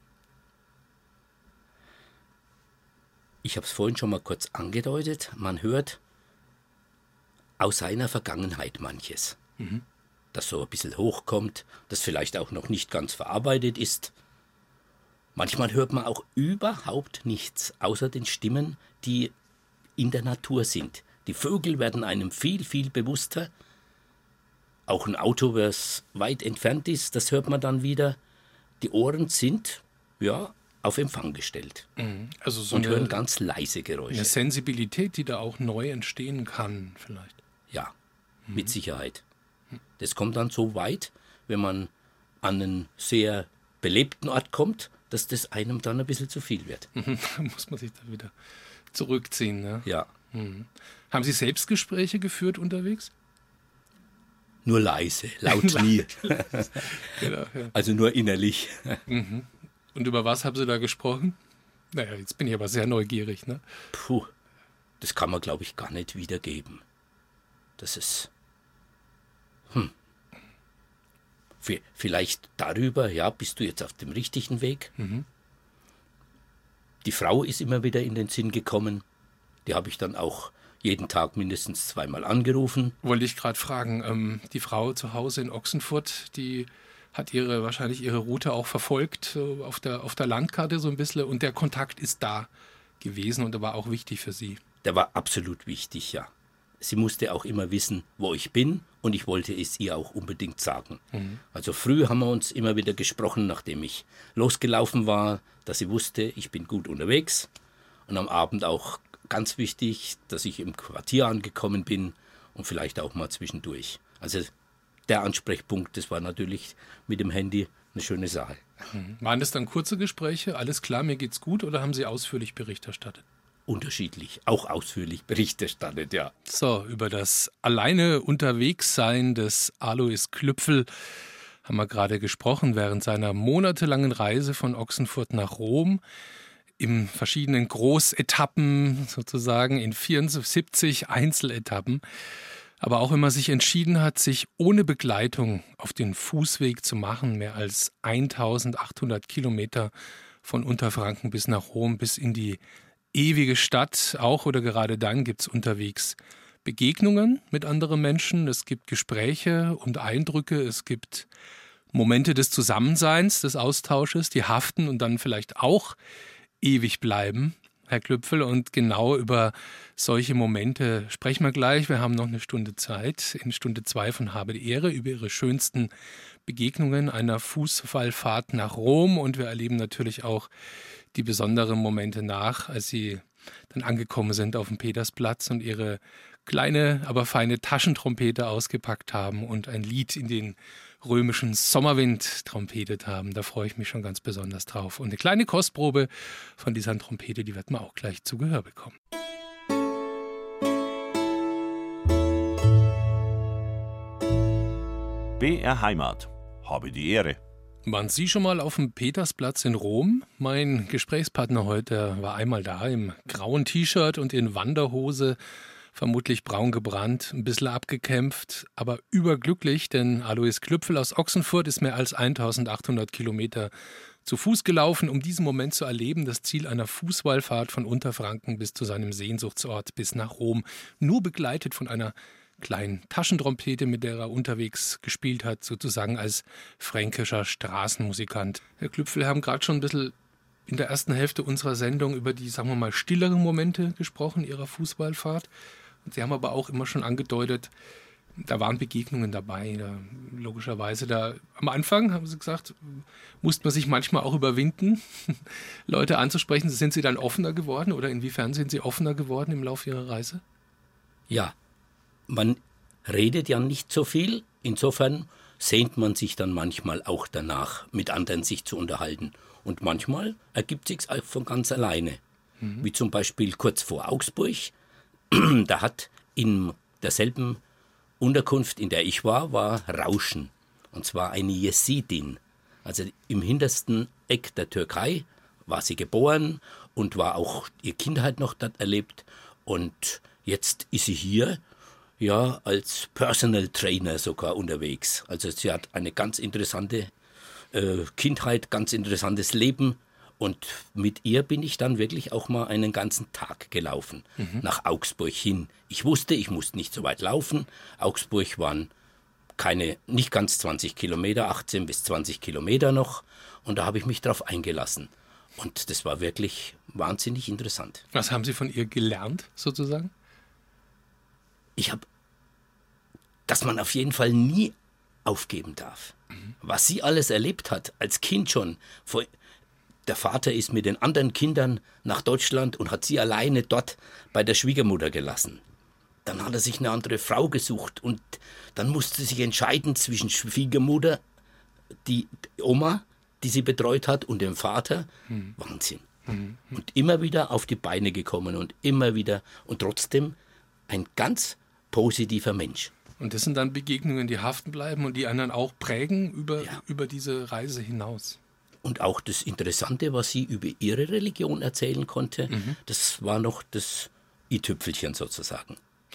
Ich habe es vorhin schon mal kurz angedeutet. Man hört aus seiner Vergangenheit manches. Das so ein bisschen hochkommt, das vielleicht auch noch nicht ganz verarbeitet ist. Manchmal hört man auch überhaupt nichts, außer den Stimmen, die in der Natur sind. Die Vögel werden einem viel, viel bewusster. Auch ein Auto, das weit entfernt ist, das hört man dann wieder. Die Ohren sind, ja, auf Empfang gestellt
Also so
und hören
eine
ganz leise Geräusche.
Sensibilität, die da auch neu entstehen kann vielleicht.
Ja, mit Sicherheit. Das kommt dann so weit, wenn man an einen sehr belebten Ort kommt, dass das einem dann ein bisschen zu viel wird.
Da muss man sich da wieder zurückziehen. Ne?
Ja,
Haben Sie Selbstgespräche geführt unterwegs?
nur leise, laut nie.
Genau, ja.
Also nur innerlich.
Und über was haben Sie da gesprochen? Naja, jetzt bin ich aber sehr neugierig. Ne?
Puh, das kann man, glaube ich, gar nicht wiedergeben. Das ist... Vielleicht darüber, ja, bist du jetzt auf dem richtigen Weg? Die Frau ist immer wieder in den Sinn gekommen. Die habe ich dann auch jeden Tag mindestens 2-mal angerufen.
Wollte ich gerade fragen, die Frau zu Hause in Ochsenfurt, die hat wahrscheinlich ihre Route auch verfolgt, so auf der Landkarte so ein bisschen. Und der Kontakt ist da gewesen und der war auch wichtig für Sie.
Der war absolut wichtig, ja. Sie musste auch immer wissen, wo ich bin, und ich wollte es ihr auch unbedingt sagen. Also früh haben wir uns immer wieder gesprochen, nachdem ich losgelaufen war, dass sie wusste, ich bin gut unterwegs. Und am Abend auch ganz wichtig, dass ich im Quartier angekommen bin und vielleicht auch mal zwischendurch. Also der Ansprechpunkt, das war natürlich mit dem Handy eine schöne Sache.
Waren das dann kurze Gespräche? Alles klar, mir geht's gut, oder haben Sie ausführlich Bericht erstattet?
Unterschiedlich, auch ausführlich Bericht erstattet, ja.
So, über das alleine Unterwegssein des Alois Klüpfel haben wir gerade gesprochen, während seiner monatelangen Reise von Ochsenfurt nach Rom, in verschiedenen Großetappen sozusagen, in 74 Einzeletappen. Aber auch wenn man sich entschieden hat, sich ohne Begleitung auf den Fußweg zu machen, mehr als 1800 Kilometer von Unterfranken bis nach Rom, bis in die ewige Stadt, auch oder gerade dann gibt es unterwegs Begegnungen mit anderen Menschen, es gibt Gespräche und Eindrücke, es gibt Momente des Zusammenseins, des Austausches, die haften und dann vielleicht auch ewig bleiben, Herr Klüpfel. Und genau über solche Momente sprechen wir gleich. Wir haben noch eine Stunde Zeit, in Stunde 2 von Habe die Ehre, über Ihre schönsten Begegnungen einer Fußballfahrt nach Rom. Und wir erleben natürlich auch die besonderen Momente nach, als Sie dann angekommen sind auf dem Petersplatz und Ihre kleine, aber feine Taschentrompete ausgepackt haben und ein Lied in den römischen Sommerwind trompetet haben. Da freue ich mich schon ganz besonders drauf. Und eine kleine Kostprobe von dieser Trompete, die wird man auch gleich zu Gehör bekommen.
BR Heimat. Habe die Ehre.
Waren Sie schon mal auf dem Petersplatz in Rom? Mein Gesprächspartner heute war einmal da im grauen T-Shirt und in Wanderhose, vermutlich braun gebrannt, ein bisschen abgekämpft, aber überglücklich, denn Alois Klüpfel aus Ochsenfurt ist mehr als 1800 Kilometer zu Fuß gelaufen, um diesen Moment zu erleben, das Ziel einer Fußwallfahrt von Unterfranken bis zu seinem Sehnsuchtsort, bis nach Rom, nur begleitet von einer kleinen Taschentrompete, mit der er unterwegs gespielt hat, sozusagen als fränkischer Straßenmusikant. Herr Klüpfel, haben gerade schon ein bisschen in der ersten Hälfte unserer Sendung über die, sagen wir mal, stilleren Momente gesprochen Ihrer Fußballfahrt. Und Sie haben aber auch immer schon angedeutet, da waren Begegnungen dabei. Logischerweise, am Anfang, haben Sie gesagt, musste man sich manchmal auch überwinden, Leute anzusprechen. Sind Sie dann offener geworden oder inwiefern sind Sie offener geworden im Laufe Ihrer Reise?
Ja, man redet ja nicht so viel. Insofern sehnt man sich dann manchmal auch danach, mit anderen sich zu unterhalten. Und manchmal ergibt sich's auch von ganz alleine. Wie zum Beispiel kurz vor Augsburg. Da hat in derselben Unterkunft, in der ich war Rauschen. Und zwar eine Jesidin. Also im hintersten Eck der Türkei war sie geboren und war auch ihre Kindheit noch dort erlebt. Und jetzt ist sie hier, ja, als Personal Trainer sogar unterwegs. Also sie hat eine ganz interessante Kindheit, ganz interessantes Leben. Und mit ihr bin ich dann wirklich auch mal einen ganzen Tag gelaufen, nach Augsburg hin. Ich wusste, ich musste nicht so weit laufen. Augsburg waren nicht ganz 20 Kilometer, 18 bis 20 Kilometer noch. Und da habe ich mich drauf eingelassen. Und das war wirklich wahnsinnig interessant.
Was haben Sie von ihr gelernt, sozusagen?
Dass man auf jeden Fall nie aufgeben darf. Was sie alles erlebt hat, als Kind schon. Der Vater ist mit den anderen Kindern nach Deutschland und hat sie alleine dort bei der Schwiegermutter gelassen. Dann hat er sich eine andere Frau gesucht und dann musste sich entscheiden zwischen Schwiegermutter, die Oma, die sie betreut hat, und dem Vater. Wahnsinn. Und immer wieder auf die Beine gekommen und immer wieder und trotzdem ein ganz positiver Mensch.
Und das sind dann Begegnungen, die haften bleiben und die anderen auch prägen über diese Reise hinaus.
Und auch das Interessante, was sie über ihre Religion erzählen konnte, das war noch das i-Tüpfelchen sozusagen.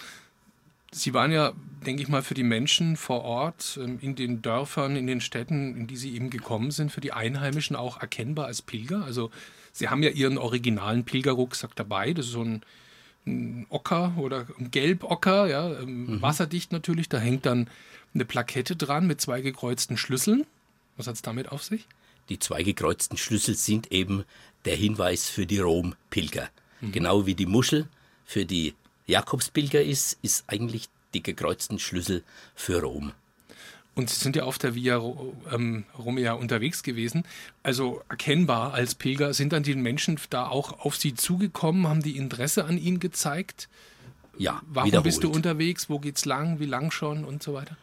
Sie waren ja, denke ich mal, für die Menschen vor Ort, in den Dörfern, in den Städten, in die Sie eben gekommen sind, für die Einheimischen auch erkennbar als Pilger. Also Sie haben ja Ihren originalen Pilgerrucksack dabei, das ist so ein Ocker oder ein Gelbocker, ja, wasserdicht natürlich. Da hängt dann eine Plakette dran mit 2 gekreuzten Schlüsseln. Was hat es damit auf sich?
Die 2 gekreuzten Schlüssel sind eben der Hinweis für die Rom-Pilger. Genau wie die Muschel für die Jakobspilger ist eigentlich die gekreuzten Schlüssel für Rom.
Und Sie sind ja auf der Via Romea unterwegs gewesen. Also erkennbar als Pilger, sind dann die Menschen da auch auf Sie zugekommen? Haben die Interesse an Ihnen gezeigt?
Ja,
warum
wiederholt.
Bist du unterwegs? Wo geht's lang? Wie lang schon? Und so weiter?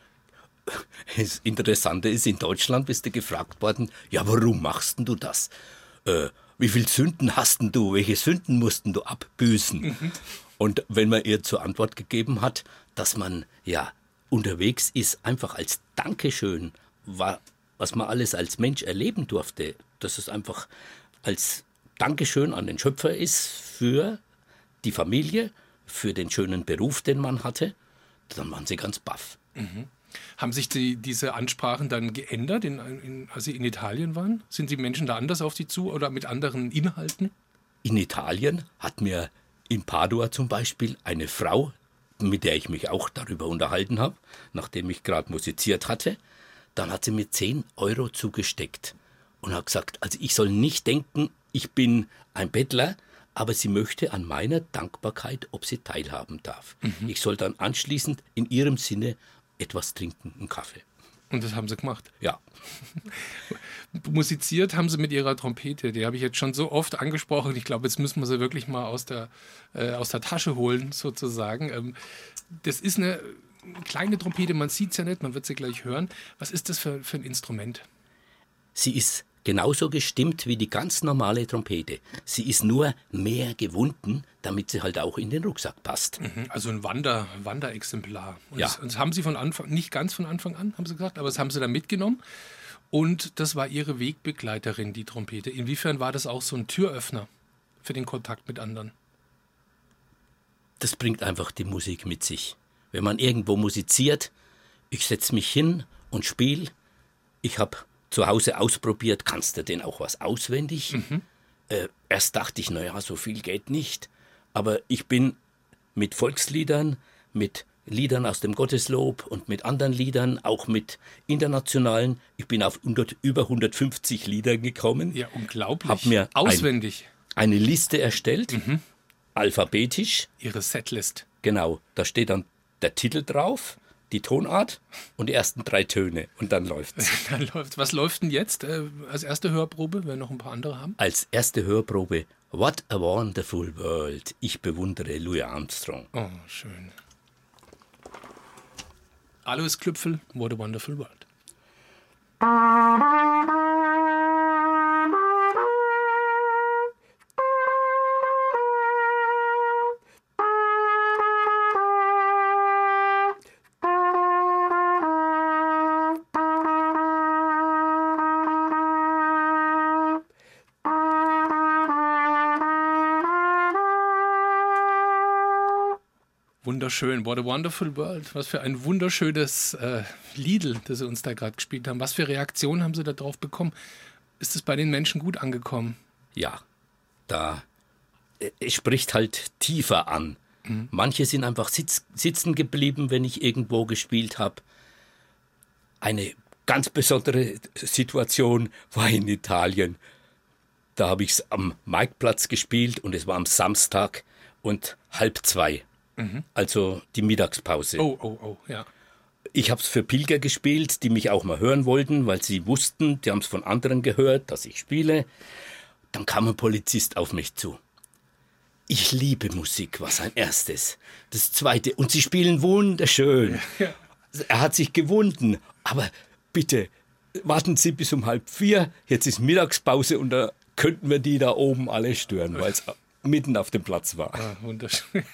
Das Interessante ist, in Deutschland bist du gefragt worden, ja, warum machst denn du das? Wie viele Sünden hast denn du? Welche Sünden mussten du abbüßen? Und wenn man ihr zur Antwort gegeben hat, dass man ja unterwegs ist, einfach als Dankeschön, was man alles als Mensch erleben durfte, dass es einfach als Dankeschön an den Schöpfer ist für die Familie, für den schönen Beruf, den man hatte, dann waren sie ganz baff.
Haben sich diese Ansprachen dann geändert, als Sie in Italien waren? Sind die Menschen da anders auf Sie zu oder mit anderen Inhalten?
In Italien hat mir in Padua zum Beispiel eine Frau, mit der ich mich auch darüber unterhalten habe, nachdem ich gerade musiziert hatte, dann hat sie mir 10 Euro zugesteckt und hat gesagt, also ich soll nicht denken, ich bin ein Bettler, aber sie möchte an meiner Dankbarkeit, ob sie teilhaben darf. Ich soll dann anschließend in ihrem Sinne etwas trinken, einen Kaffee.
Und das haben Sie gemacht?
Ja.
Musiziert haben Sie mit Ihrer Trompete, die habe ich jetzt schon so oft angesprochen. Ich glaube, jetzt müssen wir sie wirklich mal aus der Tasche holen, sozusagen. Das ist eine kleine Trompete, man sieht es ja nicht, man wird sie gleich hören. Was ist das für ein Instrument? Sie ist
genauso gestimmt wie die ganz normale Trompete. Sie ist nur mehr gewunden, damit sie halt auch in den Rucksack passt.
Also ein Wanderexemplar. Und
ja.
Das haben Sie nicht ganz von Anfang an, haben Sie gesagt, aber das haben Sie dann mitgenommen. Und das war Ihre Wegbegleiterin, die Trompete. Inwiefern war das auch so ein Türöffner für den Kontakt mit anderen?
Das bringt einfach die Musik mit sich. Wenn man irgendwo musiziert, ich setze mich hin und spiele. Ich habe zu Hause ausprobiert, kannst du denn auch was auswendig? Erst dachte ich, naja, so viel geht nicht. Aber ich bin mit Volksliedern, mit Liedern aus dem Gotteslob und mit anderen Liedern, auch mit internationalen. Ich bin auf über 150 Lieder gekommen.
Ja, unglaublich.
Habe mir
auswendig
eine Liste erstellt, alphabetisch.
Ihre Setlist.
Genau, da steht dann der Titel drauf, die Tonart und die ersten 3 Töne und dann läuft's.
Dann läuft's. Was läuft denn jetzt als erste Hörprobe, wenn wir noch ein paar andere haben?
Als erste Hörprobe What a Wonderful World. Ich bewundere Louis Armstrong.
Oh, schön. Alois Klüpfel, What a Wonderful World. Wunderschön, What a Wonderful World. Was für ein wunderschönes Liedl, das Sie uns da gerade gespielt haben. Was für Reaktionen haben Sie da drauf bekommen? Ist es bei den Menschen gut angekommen?
Ja, es spricht halt tiefer an. Manche sind einfach sitzen geblieben, wenn ich irgendwo gespielt habe. Eine ganz besondere Situation war in Italien. Da habe ich es am Marktplatz gespielt und es war am Samstag und 1:30. Also die Mittagspause.
Oh, ja.
Ich habe es für Pilger gespielt, die mich auch mal hören wollten, weil sie wussten, die haben es von anderen gehört, dass ich spiele. Dann kam ein Polizist auf mich zu. Ich liebe Musik, war sein erstes. Das zweite, und sie spielen wunderschön.
Ja.
Er hat sich gewunden, aber bitte, warten Sie bis um 3:30, jetzt ist Mittagspause und da könnten wir die da oben alle stören, weil es mitten auf dem Platz war.
Ah, wunderschön.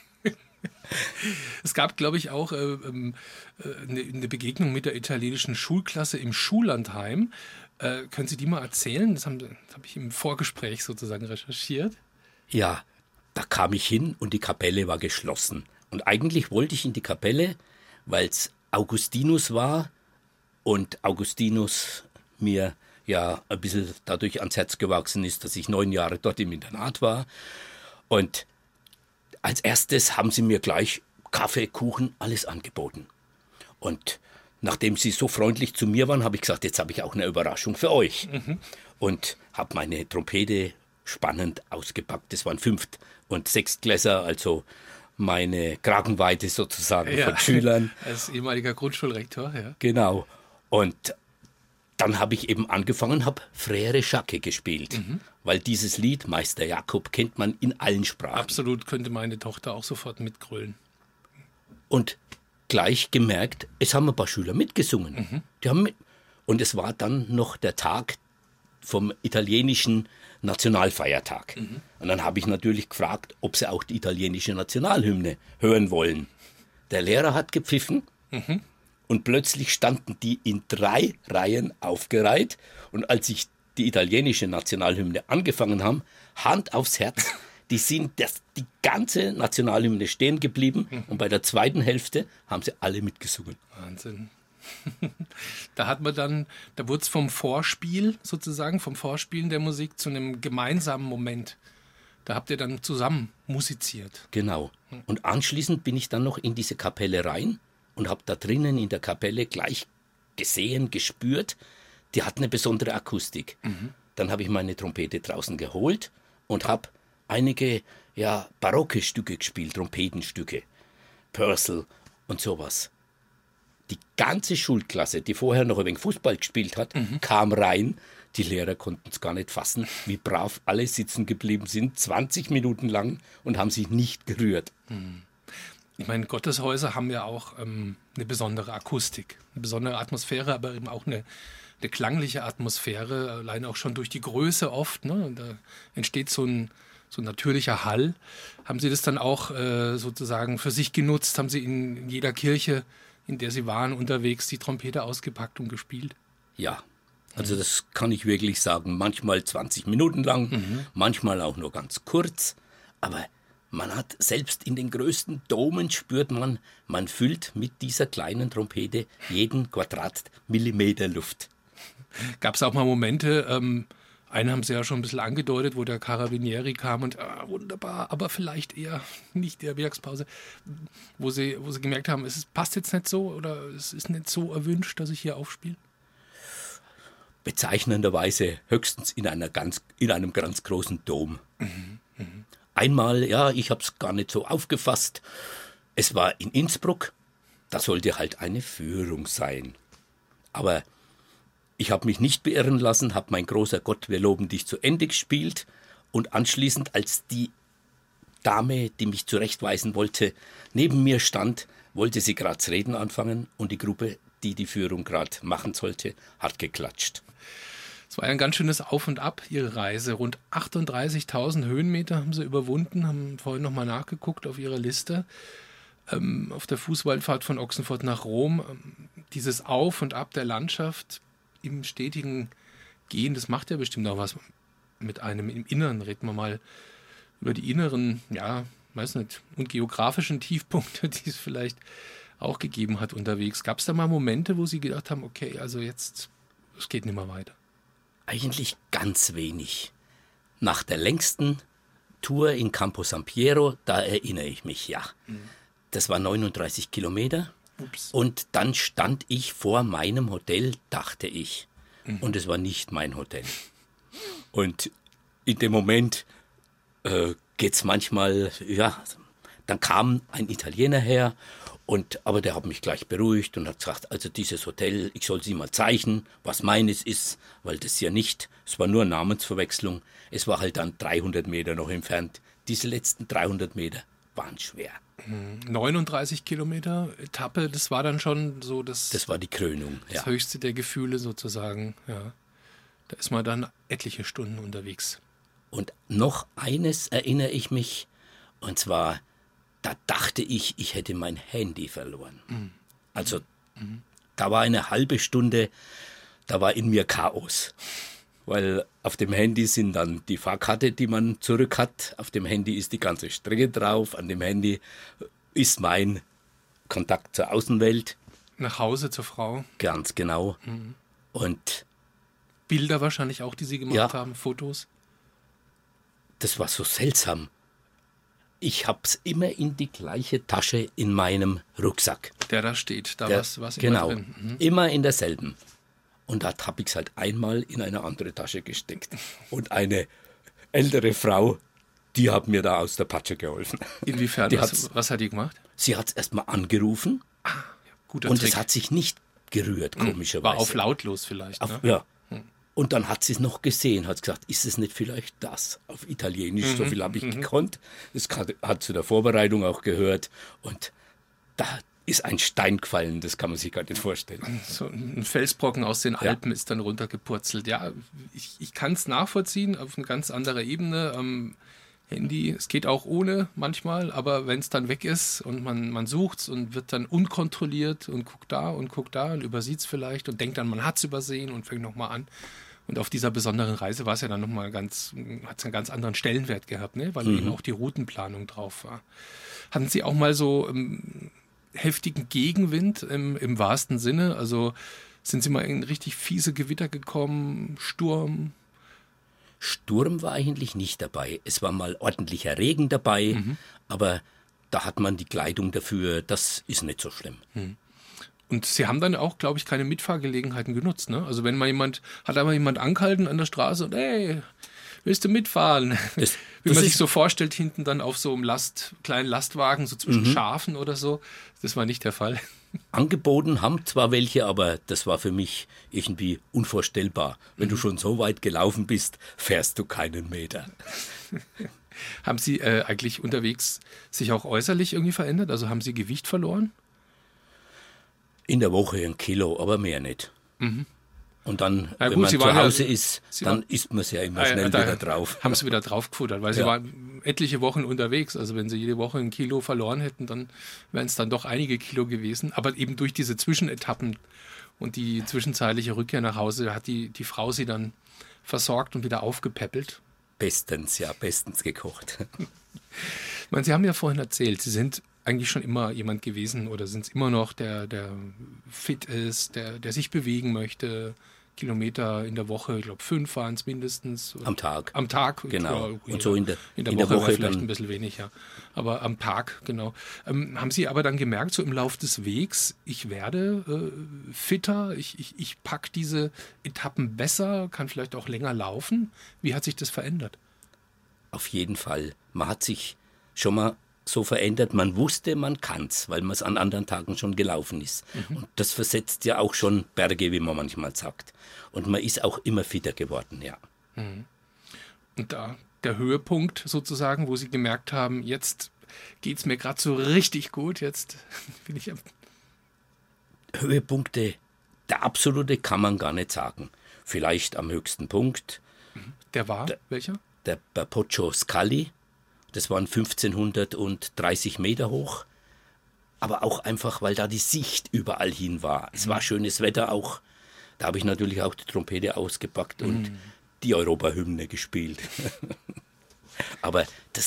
Es gab, glaube ich, auch eine Begegnung mit der italienischen Schulklasse im Schullandheim. Können Sie die mal erzählen? Das habe ich im Vorgespräch sozusagen recherchiert.
Ja, da kam ich hin und die Kapelle war geschlossen. Und eigentlich wollte ich in die Kapelle, weil es Augustinus war und Augustinus mir ja ein bisschen dadurch ans Herz gewachsen ist, dass ich 9 Jahre dort im Internat war. Und als erstes haben sie mir gleich Kaffee, Kuchen, alles angeboten. Und nachdem sie so freundlich zu mir waren, habe ich gesagt, jetzt habe ich auch eine Überraschung für euch. Und habe meine Trompete spannend ausgepackt. Das waren 5- und 6-Klässer, also meine Kragenweite sozusagen von Schülern.
Als ehemaliger Grundschulrektor, ja.
Genau. Und dann habe ich eben angefangen, habe Frère Jacques gespielt. Weil dieses Lied, Meister Jakob, kennt man in allen Sprachen.
Absolut, könnte meine Tochter auch sofort mitgrölen.
Und gleich gemerkt, es haben ein paar Schüler mitgesungen. Die haben und es war dann noch der Tag vom italienischen Nationalfeiertag. Und dann habe ich natürlich gefragt, ob sie auch die italienische Nationalhymne hören wollen. Der Lehrer hat gepfiffen. Und plötzlich standen die in 3 Reihen aufgereiht. Und als ich die italienische Nationalhymne angefangen habe, Hand aufs Herz, die ganze Nationalhymne stehen geblieben. Und bei der zweiten Hälfte haben sie alle mitgesungen.
Wahnsinn. Da wurde es vom Vorspiel sozusagen, vom Vorspielen der Musik zu einem gemeinsamen Moment. Da habt ihr dann zusammen musiziert.
Genau. Und anschließend bin ich dann noch in diese Kapelle rein. Und habe da drinnen in der Kapelle gleich gesehen, gespürt, die hat eine besondere Akustik. Dann habe ich meine Trompete draußen geholt und habe einige barocke Stücke gespielt, Trompetenstücke, Purcell und sowas. Die ganze Schulklasse, die vorher noch ein wenig Fußball gespielt hat, kam rein. Die Lehrer konnten es gar nicht fassen, wie brav alle sitzen geblieben sind, 20 Minuten lang und haben sich nicht gerührt.
Ich meine, Gotteshäuser haben ja auch eine besondere Akustik, eine besondere Atmosphäre, aber eben auch eine klangliche Atmosphäre, allein auch schon durch die Größe oft. Ne? Und da entsteht so ein natürlicher Hall. Haben Sie das dann auch sozusagen für sich genutzt? Haben Sie in jeder Kirche, in der Sie waren, unterwegs die Trompete ausgepackt und gespielt?
Ja, Also das kann ich wirklich sagen. Manchmal 20 Minuten lang, manchmal auch nur ganz kurz. Aber man hat selbst in den größten Domen spürt man füllt mit dieser kleinen Trompete jeden Quadratmillimeter Luft.
Gab es auch mal Momente, einen haben Sie ja schon ein bisschen angedeutet, wo der Carabinieri kam und wunderbar, aber vielleicht eher nicht der Mittagspause, wo Sie gemerkt haben, es passt jetzt nicht so oder es ist nicht so erwünscht, dass ich hier aufspiele?
Bezeichnenderweise höchstens in einem ganz großen Dom. Einmal, ich habe es gar nicht so aufgefasst, es war in Innsbruck, da sollte halt eine Führung sein. Aber ich habe mich nicht beirren lassen, habe mein großer Gott, wir loben dich zu Ende gespielt und anschließend, als die Dame, die mich zurechtweisen wollte, neben mir stand, wollte sie gerade das Reden anfangen und die Gruppe, die die Führung gerade machen sollte, hat geklatscht.
Es war ein ganz schönes Auf und Ab, Ihre Reise. Rund 38.000 Höhenmeter haben Sie überwunden, haben vorhin nochmal nachgeguckt auf Ihrer Liste. Auf der Fußwallfahrt von Ochsenfurt nach Rom. Dieses Auf und Ab der Landschaft im stetigen Gehen, das macht ja bestimmt auch was mit einem im Inneren. Reden wir mal über die inneren, weiß nicht, und geografischen Tiefpunkte, die es vielleicht auch gegeben hat unterwegs. Gab es da mal Momente, wo Sie gedacht haben, okay, also jetzt, es geht nicht mehr weiter?
Eigentlich ganz wenig. Nach der längsten Tour in Campo San Piero, da erinnere ich mich, ja. Das war 39 Kilometer.
Ups.
Und dann stand ich vor meinem Hotel, dachte ich. Und es war nicht mein Hotel. Und in dem Moment geht's manchmal, dann kam ein Italiener her, aber der hat mich gleich beruhigt und hat gesagt, also dieses Hotel, ich soll Sie mal zeichnen, was meines ist, weil das ja nicht, es war nur Namensverwechslung, es war halt dann 300 Meter noch entfernt. Diese letzten 300 Meter waren schwer.
39 Kilometer Etappe, das war dann schon so das
war die Krönung,
das höchste der Gefühle sozusagen. Ja. Da ist man dann etliche Stunden unterwegs.
Und noch eines erinnere ich mich, und zwar, da dachte ich, ich hätte mein Handy verloren. Also, da war eine halbe Stunde, da war in mir Chaos. Weil auf dem Handy sind dann die Fahrkarte, die man zurück hat. Auf dem Handy ist die ganze Strecke drauf. An dem Handy ist mein Kontakt zur Außenwelt.
Nach Hause zur Frau.
Ganz genau. Und
Bilder wahrscheinlich auch, die Sie gemacht haben, Fotos.
Das war so seltsam. Ich hab's immer in die gleiche Tasche in meinem Rucksack.
Der da steht, da was
genau,
immer drin.
Immer in derselben. Und da habe ich es halt einmal in eine andere Tasche gesteckt. Und eine ältere Frau, die hat mir da aus der Patsche geholfen.
Inwiefern? Was hat die gemacht?
Sie hat es erstmal angerufen.
Guter
und
Trick.
es hat sich nicht gerührt, komischerweise.
War auf lautlos vielleicht. Ne?
Ja. Und dann hat sie es noch gesehen, hat gesagt, ist es nicht vielleicht das? Auf Italienisch, so viel habe ich gekonnt. Das hat zu der Vorbereitung auch gehört. Und da ist ein Stein gefallen, das kann man sich gar nicht vorstellen.
So ein Felsbrocken aus den Alpen ist dann runtergepurzelt. Ja, ich kann es nachvollziehen auf eine ganz andere Ebene. Handy, es geht auch ohne manchmal, aber wenn es dann weg ist und man sucht es und wird dann unkontrolliert und guckt da und übersieht es vielleicht und denkt dann, man hat es übersehen und fängt nochmal an. Und auf dieser besonderen Reise war es ja dann nochmal hat es einen ganz anderen Stellenwert gehabt, ne? Weil eben auch die Routenplanung drauf war. Hatten Sie auch mal so heftigen Gegenwind im wahrsten Sinne? Also sind Sie mal in richtig fiese Gewitter gekommen, Sturm?
Sturm war eigentlich nicht dabei. Es war mal ordentlicher Regen dabei, aber da hat man die Kleidung dafür, das ist nicht so schlimm.
Und Sie haben dann auch, glaube ich, keine Mitfahrgelegenheiten genutzt, ne? Also wenn mal jemand angehalten an der Straße und hey, willst du mitfahren? Wie man sich so vorstellt, hinten dann auf so einem kleinen Lastwagen, so zwischen Schafen oder so. Das war nicht der Fall.
Angeboten haben zwar welche, aber das war für mich irgendwie unvorstellbar. Wenn du schon so weit gelaufen bist, fährst du keinen Meter.
Haben Sie eigentlich unterwegs sich auch äußerlich irgendwie verändert? Also haben Sie Gewicht verloren?
In der Woche 1 Kilo, aber mehr nicht. Und dann,
ja, gut,
wenn man
Sie
zu
waren
Hause
ja,
ist, dann isst man es ja immer schnell wieder drauf.
Haben Sie wieder drauf gefuttert, weil Sie waren etliche Wochen unterwegs. Also wenn Sie jede Woche 1 Kilo verloren hätten, dann wären es dann doch einige Kilo gewesen. Aber eben durch diese Zwischenetappen Und die zwischenzeitliche Rückkehr nach Hause, hat die Frau sie dann versorgt und wieder aufgepäppelt.
Bestens gekocht.
Ich meine, Sie haben ja vorhin erzählt, Sie sind eigentlich schon immer jemand gewesen oder sind es immer noch, der fit ist, der sich bewegen möchte, Kilometer in der Woche, ich glaube 5 waren es mindestens.
Am Tag.
Am Tag.
Genau.
Ja,
und so in der
Woche vielleicht ein bisschen weniger. Aber am Tag, genau. Haben Sie aber dann gemerkt, so im Lauf des Wegs, ich werde fitter, ich packe diese Etappen besser, kann vielleicht auch länger laufen. Wie hat sich das verändert?
Auf jeden Fall. Man hat sich schon mal so verändert, man wusste, man kann's, weil man es an anderen Tagen schon gelaufen ist. Und das versetzt ja auch schon Berge, wie man manchmal sagt. Und man ist auch immer fitter geworden, ja.
Und da der Höhepunkt sozusagen, wo Sie gemerkt haben, jetzt geht's mir gerade so richtig gut, jetzt bin ich
Höhepunkte, der absolute kann man gar nicht sagen. Vielleicht am höchsten Punkt.
Der war welcher?
Der Poggio Scali. Das waren 1530 Meter hoch, aber auch einfach, weil da die Sicht überall hin war. Es war schönes Wetter auch. Da habe ich natürlich auch die Trompete ausgepackt und die Europahymne gespielt. Aber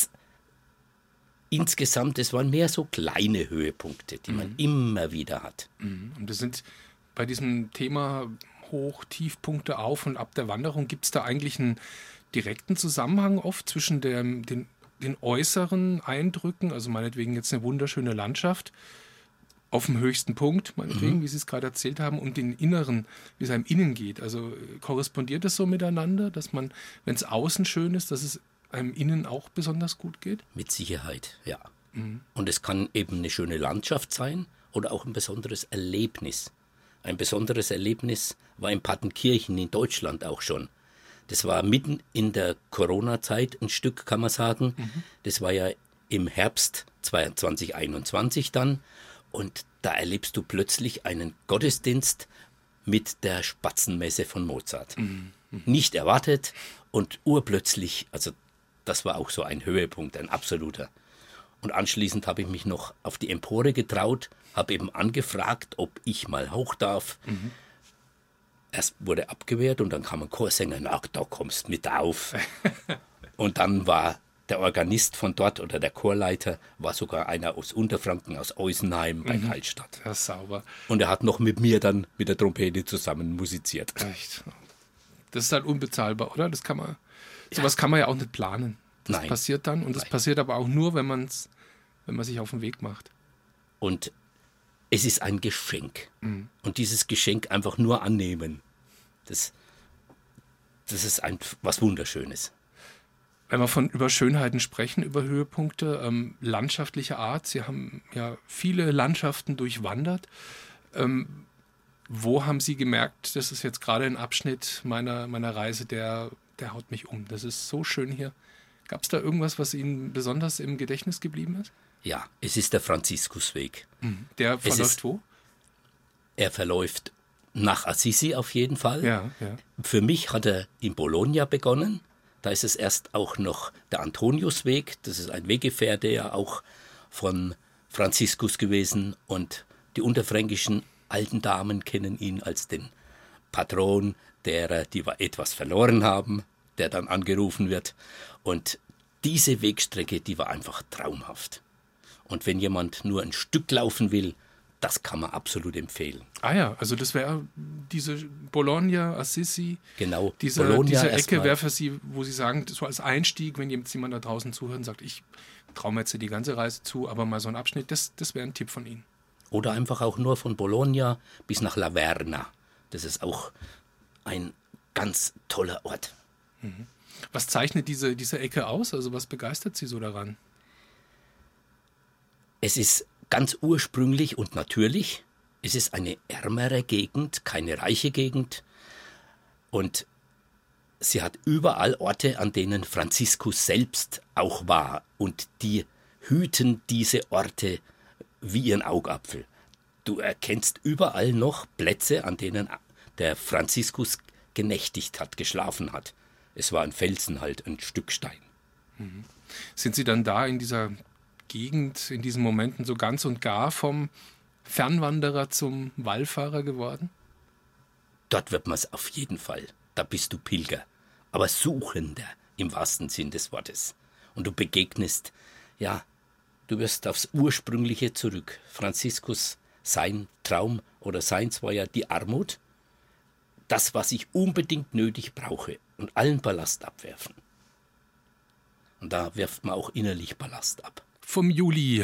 insgesamt, das waren mehr so kleine Höhepunkte, die man immer wieder hat.
Und das sind bei diesem Thema Hoch-, Tiefpunkte auf und ab der Wanderung, gibt es da eigentlich einen direkten Zusammenhang oft zwischen den äußeren Eindrücken, also meinetwegen jetzt eine wunderschöne Landschaft auf dem höchsten Punkt, meinetwegen, wie Sie es gerade erzählt haben, und den inneren, wie es einem innen geht. Also korrespondiert das so miteinander, dass man, wenn es außen schön ist, dass es einem innen auch besonders gut geht?
Mit Sicherheit, ja. Und es kann eben eine schöne Landschaft sein oder auch ein besonderes Erlebnis. Ein besonderes Erlebnis war in Partenkirchen in Deutschland auch schon. Das war mitten in der Corona-Zeit ein Stück, kann man sagen. Das war ja im Herbst 2021 dann. Und da erlebst du plötzlich einen Gottesdienst mit der Spatzenmesse von Mozart. Nicht erwartet und urplötzlich, also das war auch so ein Höhepunkt, ein absoluter. Und anschließend habe ich mich noch auf die Empore getraut, habe eben angefragt, ob ich mal hoch darf. Erst wurde abgewehrt und dann kam ein Chorsänger, na, da kommst mit auf. Und dann war der Organist von dort oder der Chorleiter, war sogar einer aus Unterfranken, aus Eusenheim bei Kaltstadt.
Ja, sauber.
Und er hat noch mit mir dann mit der Trompete zusammen musiziert.
Echt. Das ist halt unbezahlbar, oder? Sowas kann man ja auch nicht planen. Das
Nein.
passiert dann und das passiert aber auch nur, wenn man sich auf den Weg macht.
Und es ist ein Geschenk. Und dieses Geschenk einfach nur annehmen, das ist was Wunderschönes.
Wenn wir über Schönheiten sprechen, über Höhepunkte, landschaftlicher Art, Sie haben ja viele Landschaften durchwandert. Wo haben Sie gemerkt, das ist jetzt gerade ein Abschnitt meiner Reise, der haut mich um. Das ist so schön hier. Gab es da irgendwas, was Ihnen besonders im Gedächtnis geblieben ist?
Ja, es ist der Franziskusweg.
Der verläuft wo?
Er verläuft nach Assisi auf jeden Fall.
Ja.
Für mich hat er in Bologna begonnen. Da ist es erst auch noch der Antoniusweg. Das ist ein Weggefährte ja auch von Franziskus gewesen. Und die unterfränkischen alten Damen kennen ihn als den Patron derer, die etwas verloren haben, der dann angerufen wird. Und diese Wegstrecke, die war einfach traumhaft. Und wenn jemand nur ein Stück laufen will, das kann man absolut empfehlen.
Ah ja, also das wäre diese Bologna, Assisi.
Genau,
Diese
Bologna
Ecke wäre für Sie, wo Sie sagen, so als Einstieg, wenn jetzt jemand da draußen zuhört und sagt, ich traue mir jetzt die ganze Reise zu, aber mal so ein Abschnitt, das wäre ein Tipp von Ihnen.
Oder einfach auch nur von Bologna bis nach Laverna. Das ist auch ein ganz toller Ort.
Was zeichnet diese Ecke aus? Also was begeistert Sie so daran?
Es ist ganz ursprünglich und natürlich. Es ist eine ärmere Gegend, keine reiche Gegend. Und sie hat überall Orte, an denen Franziskus selbst auch war. Und die hüten diese Orte wie ihren Augapfel. Du erkennst überall noch Plätze, an denen der Franziskus genächtigt hat, geschlafen hat. Es war ein Felsen halt, ein Stück Stein.
Sind Sie dann da in dieser Gegend, in diesen Momenten so ganz und gar vom Fernwanderer zum Wallfahrer geworden?
dort wird man es auf jeden Fall. Da bist du Pilger, aber Suchender im wahrsten Sinn des Wortes. Und du begegnest, ja, du wirst aufs Ursprüngliche zurück. Franziskus, sein Traum oder seins war ja die Armut. Das, was ich unbedingt nötig brauche und allen Ballast abwerfen. Und da wirft man auch innerlich Ballast ab.
Vom Juli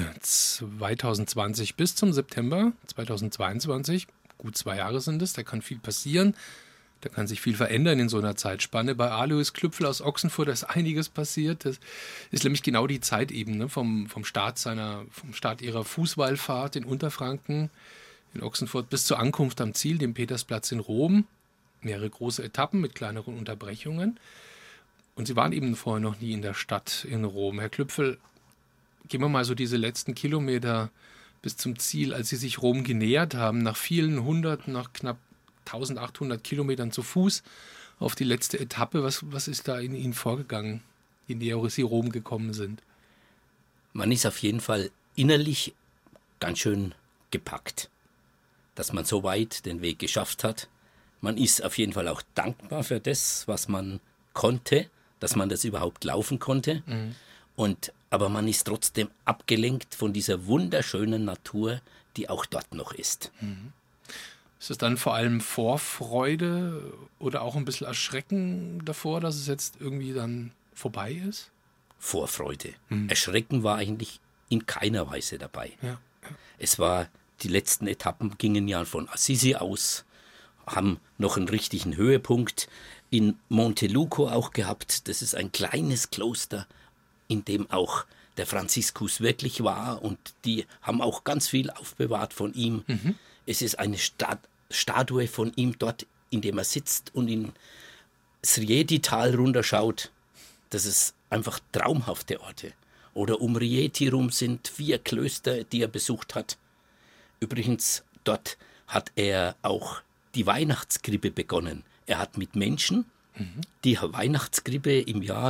2020 bis zum September 2022, gut 2 Jahre sind es, da kann viel passieren, da kann sich viel verändern in so einer Zeitspanne. Bei Alois Klüpfel aus Ochsenfurt ist einiges passiert. Das ist nämlich genau die Zeit eben, ne, vom Start ihrer Fußwallfahrt in Unterfranken, in Ochsenfurt, bis zur Ankunft am Ziel, dem Petersplatz in Rom. Mehrere große Etappen mit kleineren Unterbrechungen. Und Sie waren eben vorher noch nie in der Stadt in Rom. Herr Klüpfel, gehen wir mal so diese letzten Kilometer bis zum Ziel, als Sie sich Rom genähert haben, nach vielen hundert, nach knapp 1800 Kilometern zu Fuß auf die letzte Etappe. Was ist da in Ihnen vorgegangen, je näher Sie Rom gekommen sind?
Man ist auf jeden Fall innerlich ganz schön gepackt, dass man so weit den Weg geschafft hat. Man ist auf jeden Fall auch dankbar für das, was man konnte, dass man das überhaupt laufen konnte. Aber man ist trotzdem abgelenkt von dieser wunderschönen Natur, die auch dort noch ist.
Ist es dann vor allem Vorfreude oder auch ein bisschen Erschrecken davor, dass es jetzt irgendwie dann vorbei ist?
Vorfreude. Erschrecken war eigentlich in keiner Weise dabei.
Ja.
Es war, die letzten Etappen gingen ja von Assisi aus, haben noch einen richtigen Höhepunkt in Monteluco auch gehabt. Das ist ein kleines Kloster, in dem auch der Franziskus wirklich war, und die haben auch ganz viel aufbewahrt von ihm. Es ist eine Statue von ihm dort, in dem er sitzt und in das Rieti-Tal runterschaut. Das ist einfach traumhafte Orte. Oder um Rieti rum sind 4 Klöster, die er besucht hat. Übrigens, dort hat er auch die Weihnachtskrippe begonnen. Er hat mit Menschen die Weihnachtskrippe im Jahr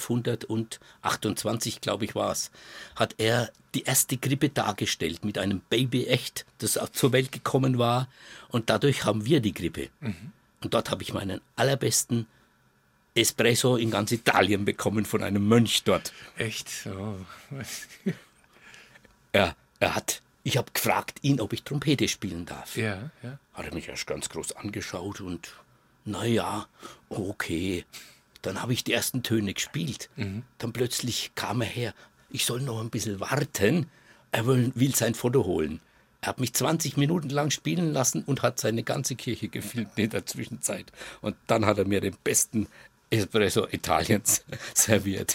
1228, glaube ich, war es, hat er die erste Krippe dargestellt mit einem Baby echt, das auch zur Welt gekommen war. Und dadurch haben wir die Krippe. Und dort habe ich meinen allerbesten Espresso in ganz Italien bekommen von einem Mönch dort.
Echt? Oh.
Ich habe gefragt ihn, ob ich Trompete spielen darf.
Ja.
Hat er mich erst ganz groß angeschaut und naja, okay. Dann habe ich die ersten Töne gespielt. Dann plötzlich kam er her, ich soll noch ein bisschen warten. Er will sein Foto holen. Er hat mich 20 Minuten lang spielen lassen und hat seine ganze Kirche gefilmt in der Zwischenzeit. Und dann hat er mir den besten Espresso Italiens serviert.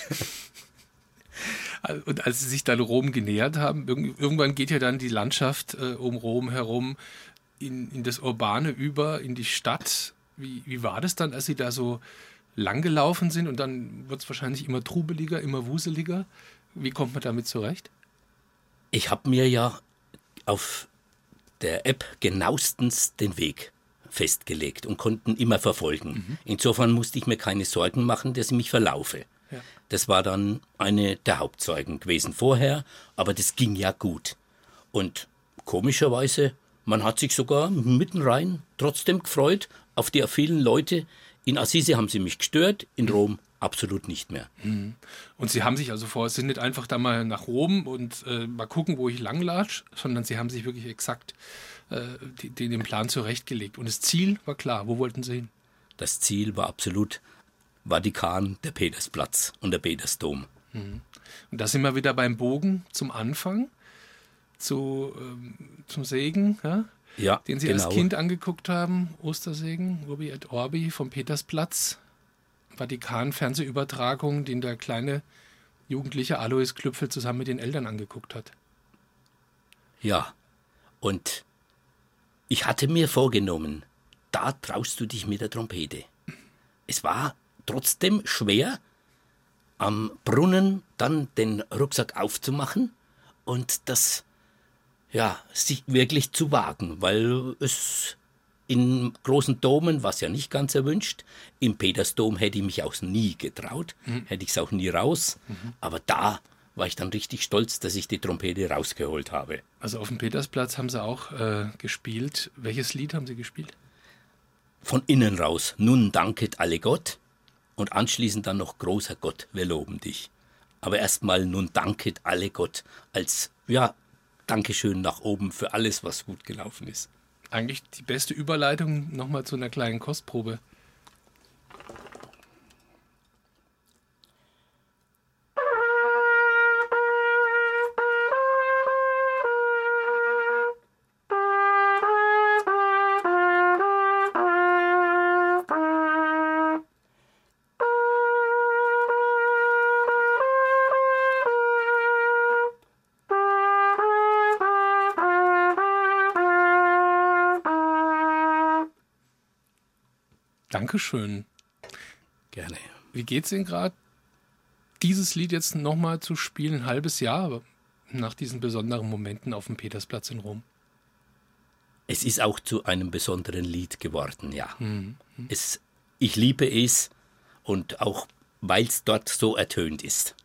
Und als Sie sich dann Rom genähert haben, irgendwann geht ja dann die Landschaft um Rom herum in das Urbane über, in die Stadt. Wie war das dann, als Sie da so lang gelaufen sind, und dann wird es wahrscheinlich immer trubeliger, immer wuseliger? Wie kommt man damit zurecht?
Ich habe mir ja auf der App genauestens den Weg festgelegt und konnten immer verfolgen. Insofern musste ich mir keine Sorgen machen, dass ich mich verlaufe. Ja. Das war dann eine der Hauptsorgen gewesen vorher, aber das ging ja gut. Und komischerweise, man hat sich sogar mitten rein trotzdem gefreut auf die vielen Leute. In Assisi haben sie mich gestört, in Rom absolut nicht mehr.
Und Sie haben sich also sind nicht einfach da mal nach Rom und mal gucken, wo ich langlatsch, sondern Sie haben sich wirklich exakt den Plan zurechtgelegt. Und das Ziel war klar. Wo wollten Sie hin?
Das Ziel war absolut Vatikan, der Petersplatz und der Petersdom.
Und da sind wir wieder beim Bogen zum Anfang, zum Segen, ja, den Sie als Kind angeguckt haben, Ostersegen, Urbi et Orbi vom Petersplatz, Vatikan-Fernsehübertragung, den der kleine jugendliche Alois Klüpfel zusammen mit den Eltern angeguckt hat.
Ja, und ich hatte mir vorgenommen, da traust du dich mit der Trompete. Es war trotzdem schwer, am Brunnen dann den Rucksack aufzumachen und das sich wirklich zu wagen, weil es in großen Domen war es ja nicht ganz erwünscht. Im Petersdom hätte ich mich auch nie getraut, hätte ich es auch nie raus. Aber da war ich dann richtig stolz, dass ich die Trompete rausgeholt habe.
Also auf dem Petersplatz haben Sie auch gespielt. Welches Lied haben Sie gespielt?
von innen raus, nun danket alle Gott und anschließend dann noch großer Gott, wir loben dich. Aber erstmal nun danket alle Gott als, ja, Dankeschön nach oben für alles, was gut gelaufen ist.
Eigentlich die beste Überleitung nochmal zu einer kleinen Kostprobe. Dankeschön.
Gerne.
Wie geht's Ihnen gerade, dieses Lied jetzt nochmal zu spielen, ein halbes Jahr nach diesen besonderen Momenten auf dem Petersplatz in Rom?
Es ist auch zu einem besonderen Lied geworden, ja. Ich liebe es und auch, weil es dort so ertönt ist.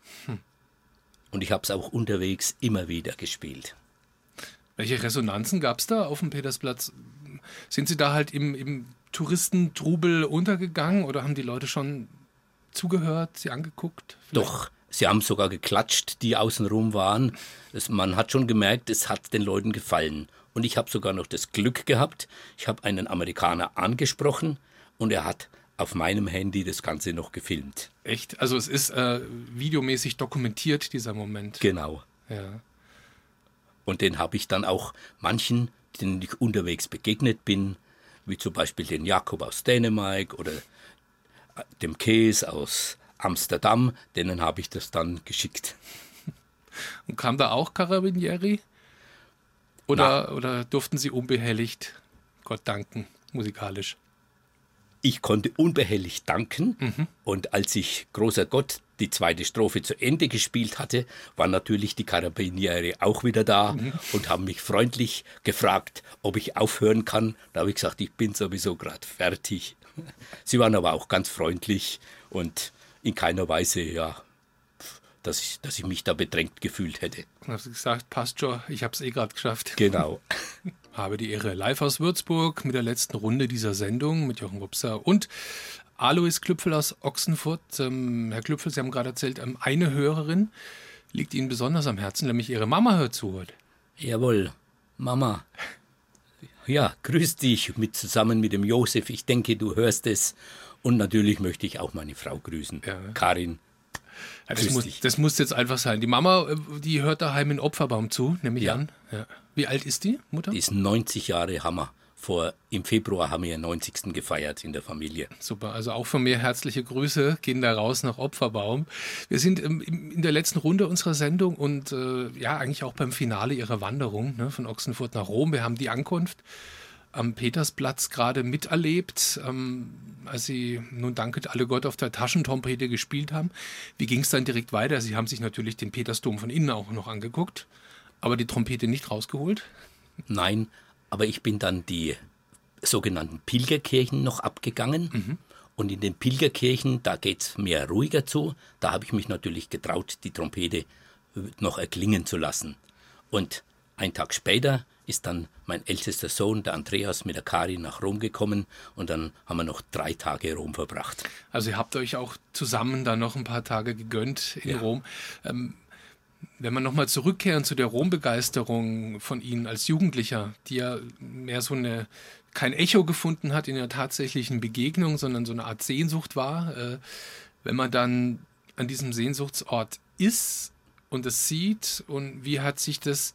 Und ich habe es auch unterwegs immer wieder gespielt.
Welche Resonanzen gab es da auf dem Petersplatz? Sind Sie da halt im Touristentrubel untergegangen oder haben die Leute schon zugehört, Sie angeguckt?
Doch, sie haben sogar geklatscht, die außenrum waren. Man hat schon gemerkt, es hat den Leuten gefallen. Und ich habe sogar noch das Glück gehabt, ich habe einen Amerikaner angesprochen und er hat auf meinem Handy das Ganze noch gefilmt.
Echt? Also es ist videomäßig dokumentiert, dieser Moment.
Genau.
Ja.
Und den habe ich dann auch manchen, denen ich unterwegs begegnet bin, wie zum Beispiel den Jakob aus Dänemark oder dem Kees aus Amsterdam, denen habe ich das dann geschickt.
Und kam da auch Carabinieri? Oder durften Sie unbehelligt Gott danken, musikalisch?
Ich konnte unbehelligt danken und als ich, großer Gott, die zweite Strophe zu Ende gespielt hatte, waren natürlich die Carabinieri auch wieder da und haben mich freundlich gefragt, ob ich aufhören kann. Da habe ich gesagt, ich bin sowieso gerade fertig. Sie waren aber auch ganz freundlich und in keiner Weise, ja, dass ich mich da bedrängt gefühlt hätte.
Dann haben Sie gesagt, passt schon, ich habe es gerade geschafft.
Genau.
Habe die Ehre, live aus Würzburg mit der letzten Runde dieser Sendung mit Jochen Rupser und Alois Klüpfel aus Ochsenfurt. Herr Klüpfel, Sie haben gerade erzählt, eine Hörerin liegt Ihnen besonders am Herzen, nämlich Ihre Mama hört zu heute.
Jawohl, Mama. Ja, grüß dich zusammen mit dem Josef. Ich denke, du hörst es. Und natürlich möchte ich auch meine Frau grüßen. Ja. Karin.
Ja, das muss jetzt einfach sein. Die Mama, die hört daheim in Opferbaum zu, nehme ich an. Ja. Wie alt ist die Mutter?
Die ist 90 Jahre, Hammer. Im Februar haben wir ihren 90. gefeiert in der Familie.
Super, also auch von mir herzliche Grüße, gehen da raus nach Opferbaum. Wir sind in der letzten Runde unserer Sendung und eigentlich auch beim Finale ihrer Wanderung, ne, von Ochsenfurt nach Rom. Wir haben die Ankunft am Petersplatz gerade miterlebt, als Sie nun danket alle Gott auf der Taschentrompete gespielt haben. Wie ging es dann direkt weiter? Sie haben sich natürlich den Petersdom von innen auch noch angeguckt, aber die Trompete nicht rausgeholt?
Nein, aber ich bin dann die sogenannten Pilgerkirchen noch abgegangen. Und in den Pilgerkirchen, da geht es mehr ruhiger zu. Da habe ich mich natürlich getraut, die Trompete noch erklingen zu lassen. Und einen Tag später ist dann mein ältester Sohn, der Andreas, mit der Karin nach Rom gekommen. Und dann haben wir noch 3 Tage Rom verbracht.
Also ihr habt euch auch zusammen dann noch ein paar Tage gegönnt in Rom. Wenn wir nochmal zurückkehren zu der Rom-Begeisterung von Ihnen als Jugendlicher, die ja mehr so kein Echo gefunden hat in der tatsächlichen Begegnung, sondern so eine Art Sehnsucht war. Wenn man dann an diesem Sehnsuchtsort ist und es sieht und wie hat sich das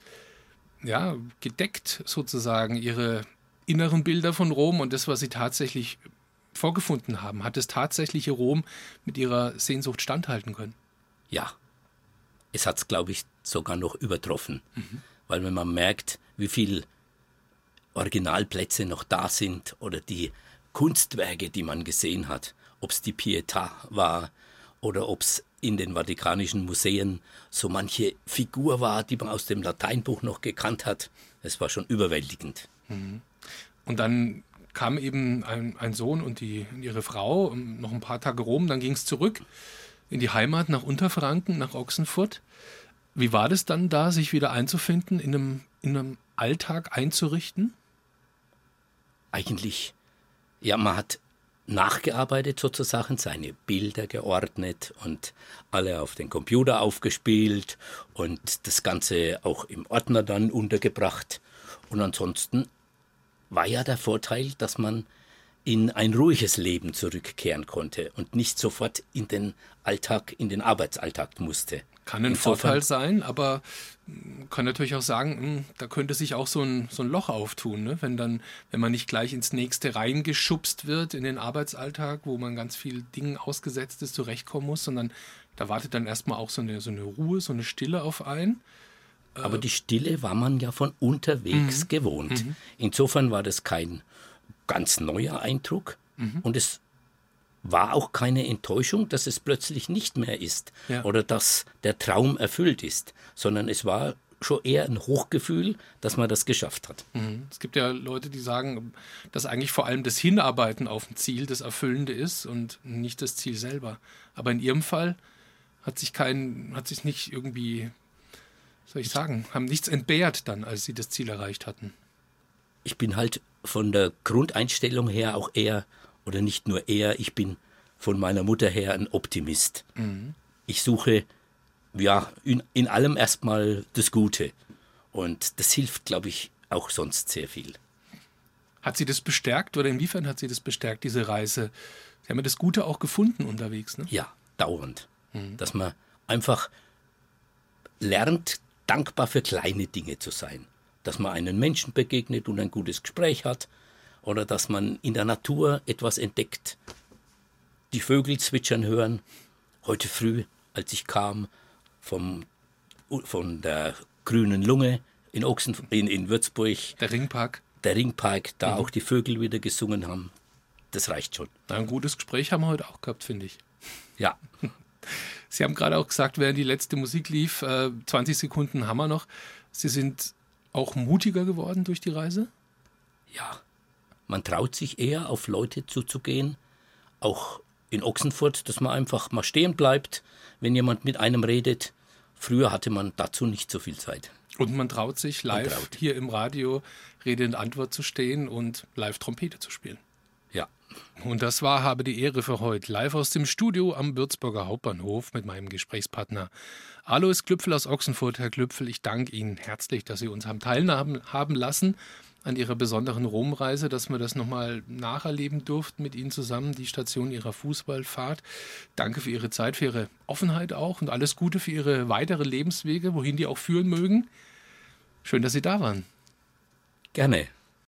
gedeckt sozusagen, Ihre inneren Bilder von Rom und das, was Sie tatsächlich vorgefunden haben. Hat das tatsächliche Rom mit Ihrer Sehnsucht standhalten können?
Ja. Es hat es, glaube ich, sogar noch übertroffen. Weil wenn man merkt, wie viele Originalplätze noch da sind oder die Kunstwerke, die man gesehen hat, ob es die Pietà war oder ob es in den Vatikanischen Museen so manche Figur war, die man aus dem Lateinbuch noch gekannt hat. Es war schon überwältigend.
Und dann kam eben ein Sohn und ihre Frau, noch ein paar Tage Rom, dann ging es zurück in die Heimat nach Unterfranken, nach Ochsenfurt. Wie war das dann da, sich wieder einzufinden, in einem Alltag einzurichten?
Eigentlich, Ja, man hat nachgearbeitet sozusagen, seine Bilder geordnet und alle auf den Computer aufgespielt und das Ganze auch im Ordner dann untergebracht. Und ansonsten war ja der Vorteil, dass man in ein ruhiges Leben zurückkehren konnte und nicht sofort in den Arbeitsalltag musste.
Kann ein Vorteil sein, aber kann natürlich auch sagen, da könnte sich auch so ein Loch auftun, ne? Wenn man nicht gleich ins nächste reingeschubst wird in den Arbeitsalltag, wo man ganz vielen Dingen ausgesetzt ist, zurechtkommen muss, sondern da wartet dann erstmal auch so eine Ruhe, so eine Stille auf einen.
Aber die Stille war man ja von unterwegs gewohnt. Insofern war das kein ganz neuer Eindruck und es war auch keine Enttäuschung, dass es plötzlich nicht mehr ist oder dass der Traum erfüllt ist, sondern es war schon eher ein Hochgefühl, dass man das geschafft hat.
Es gibt ja Leute, die sagen, dass eigentlich vor allem das Hinarbeiten auf ein Ziel das Erfüllende ist und nicht das Ziel selber. Aber in Ihrem Fall hat sich nicht irgendwie, soll ich sagen, haben nichts entbehrt dann, als Sie das Ziel erreicht hatten.
Ich bin halt von der Grundeinstellung her auch eher, oder nicht nur eher, ich bin von meiner Mutter her ein Optimist. Ich suche in allem erstmal das Gute. Und das hilft, glaube ich, auch sonst sehr viel.
Hat Sie das bestärkt oder inwiefern hat Sie das bestärkt, diese Reise? Sie haben ja das Gute auch gefunden unterwegs, ne?
Ja, dauernd. Dass man einfach lernt, dankbar für kleine Dinge zu sein. Dass man einen Menschen begegnet und ein gutes Gespräch hat. Oder dass man in der Natur etwas entdeckt. Die Vögel zwitschern hören. Heute früh, als ich kam von der Grünen Lunge in Würzburg.
Der Ringpark.
Der Ringpark, da auch die Vögel wieder gesungen haben. Das reicht schon.
Ein gutes Gespräch haben wir heute auch gehabt, finde ich.
Ja.
Sie haben gerade auch gesagt, während die letzte Musik lief, 20 Sekunden haben wir noch. Sie sind auch mutiger geworden durch die Reise?
Ja. Man traut sich eher, auf Leute zuzugehen, auch in Ochsenfurt, dass man einfach mal stehen bleibt, wenn jemand mit einem redet. Früher hatte man dazu nicht so viel Zeit.
Und man traut sich live hier im Radio Rede und Antwort zu stehen und live Trompete zu spielen.
Ja.
Und das war Habe die Ehre für heute. Live aus dem Studio am Würzburger Hauptbahnhof mit meinem Gesprächspartner Alois Klüpfel aus Ochsenfurt. Herr Klüpfel, ich danke Ihnen herzlich, dass Sie uns haben teilhaben lassen an Ihrer besonderen Romreise, dass wir das nochmal nacherleben durften mit Ihnen zusammen, die Station Ihrer Fußballfahrt. Danke für Ihre Zeit, für Ihre Offenheit auch und alles Gute für Ihre weitere Lebenswege, wohin die auch führen mögen. Schön, dass Sie da waren.
Gerne.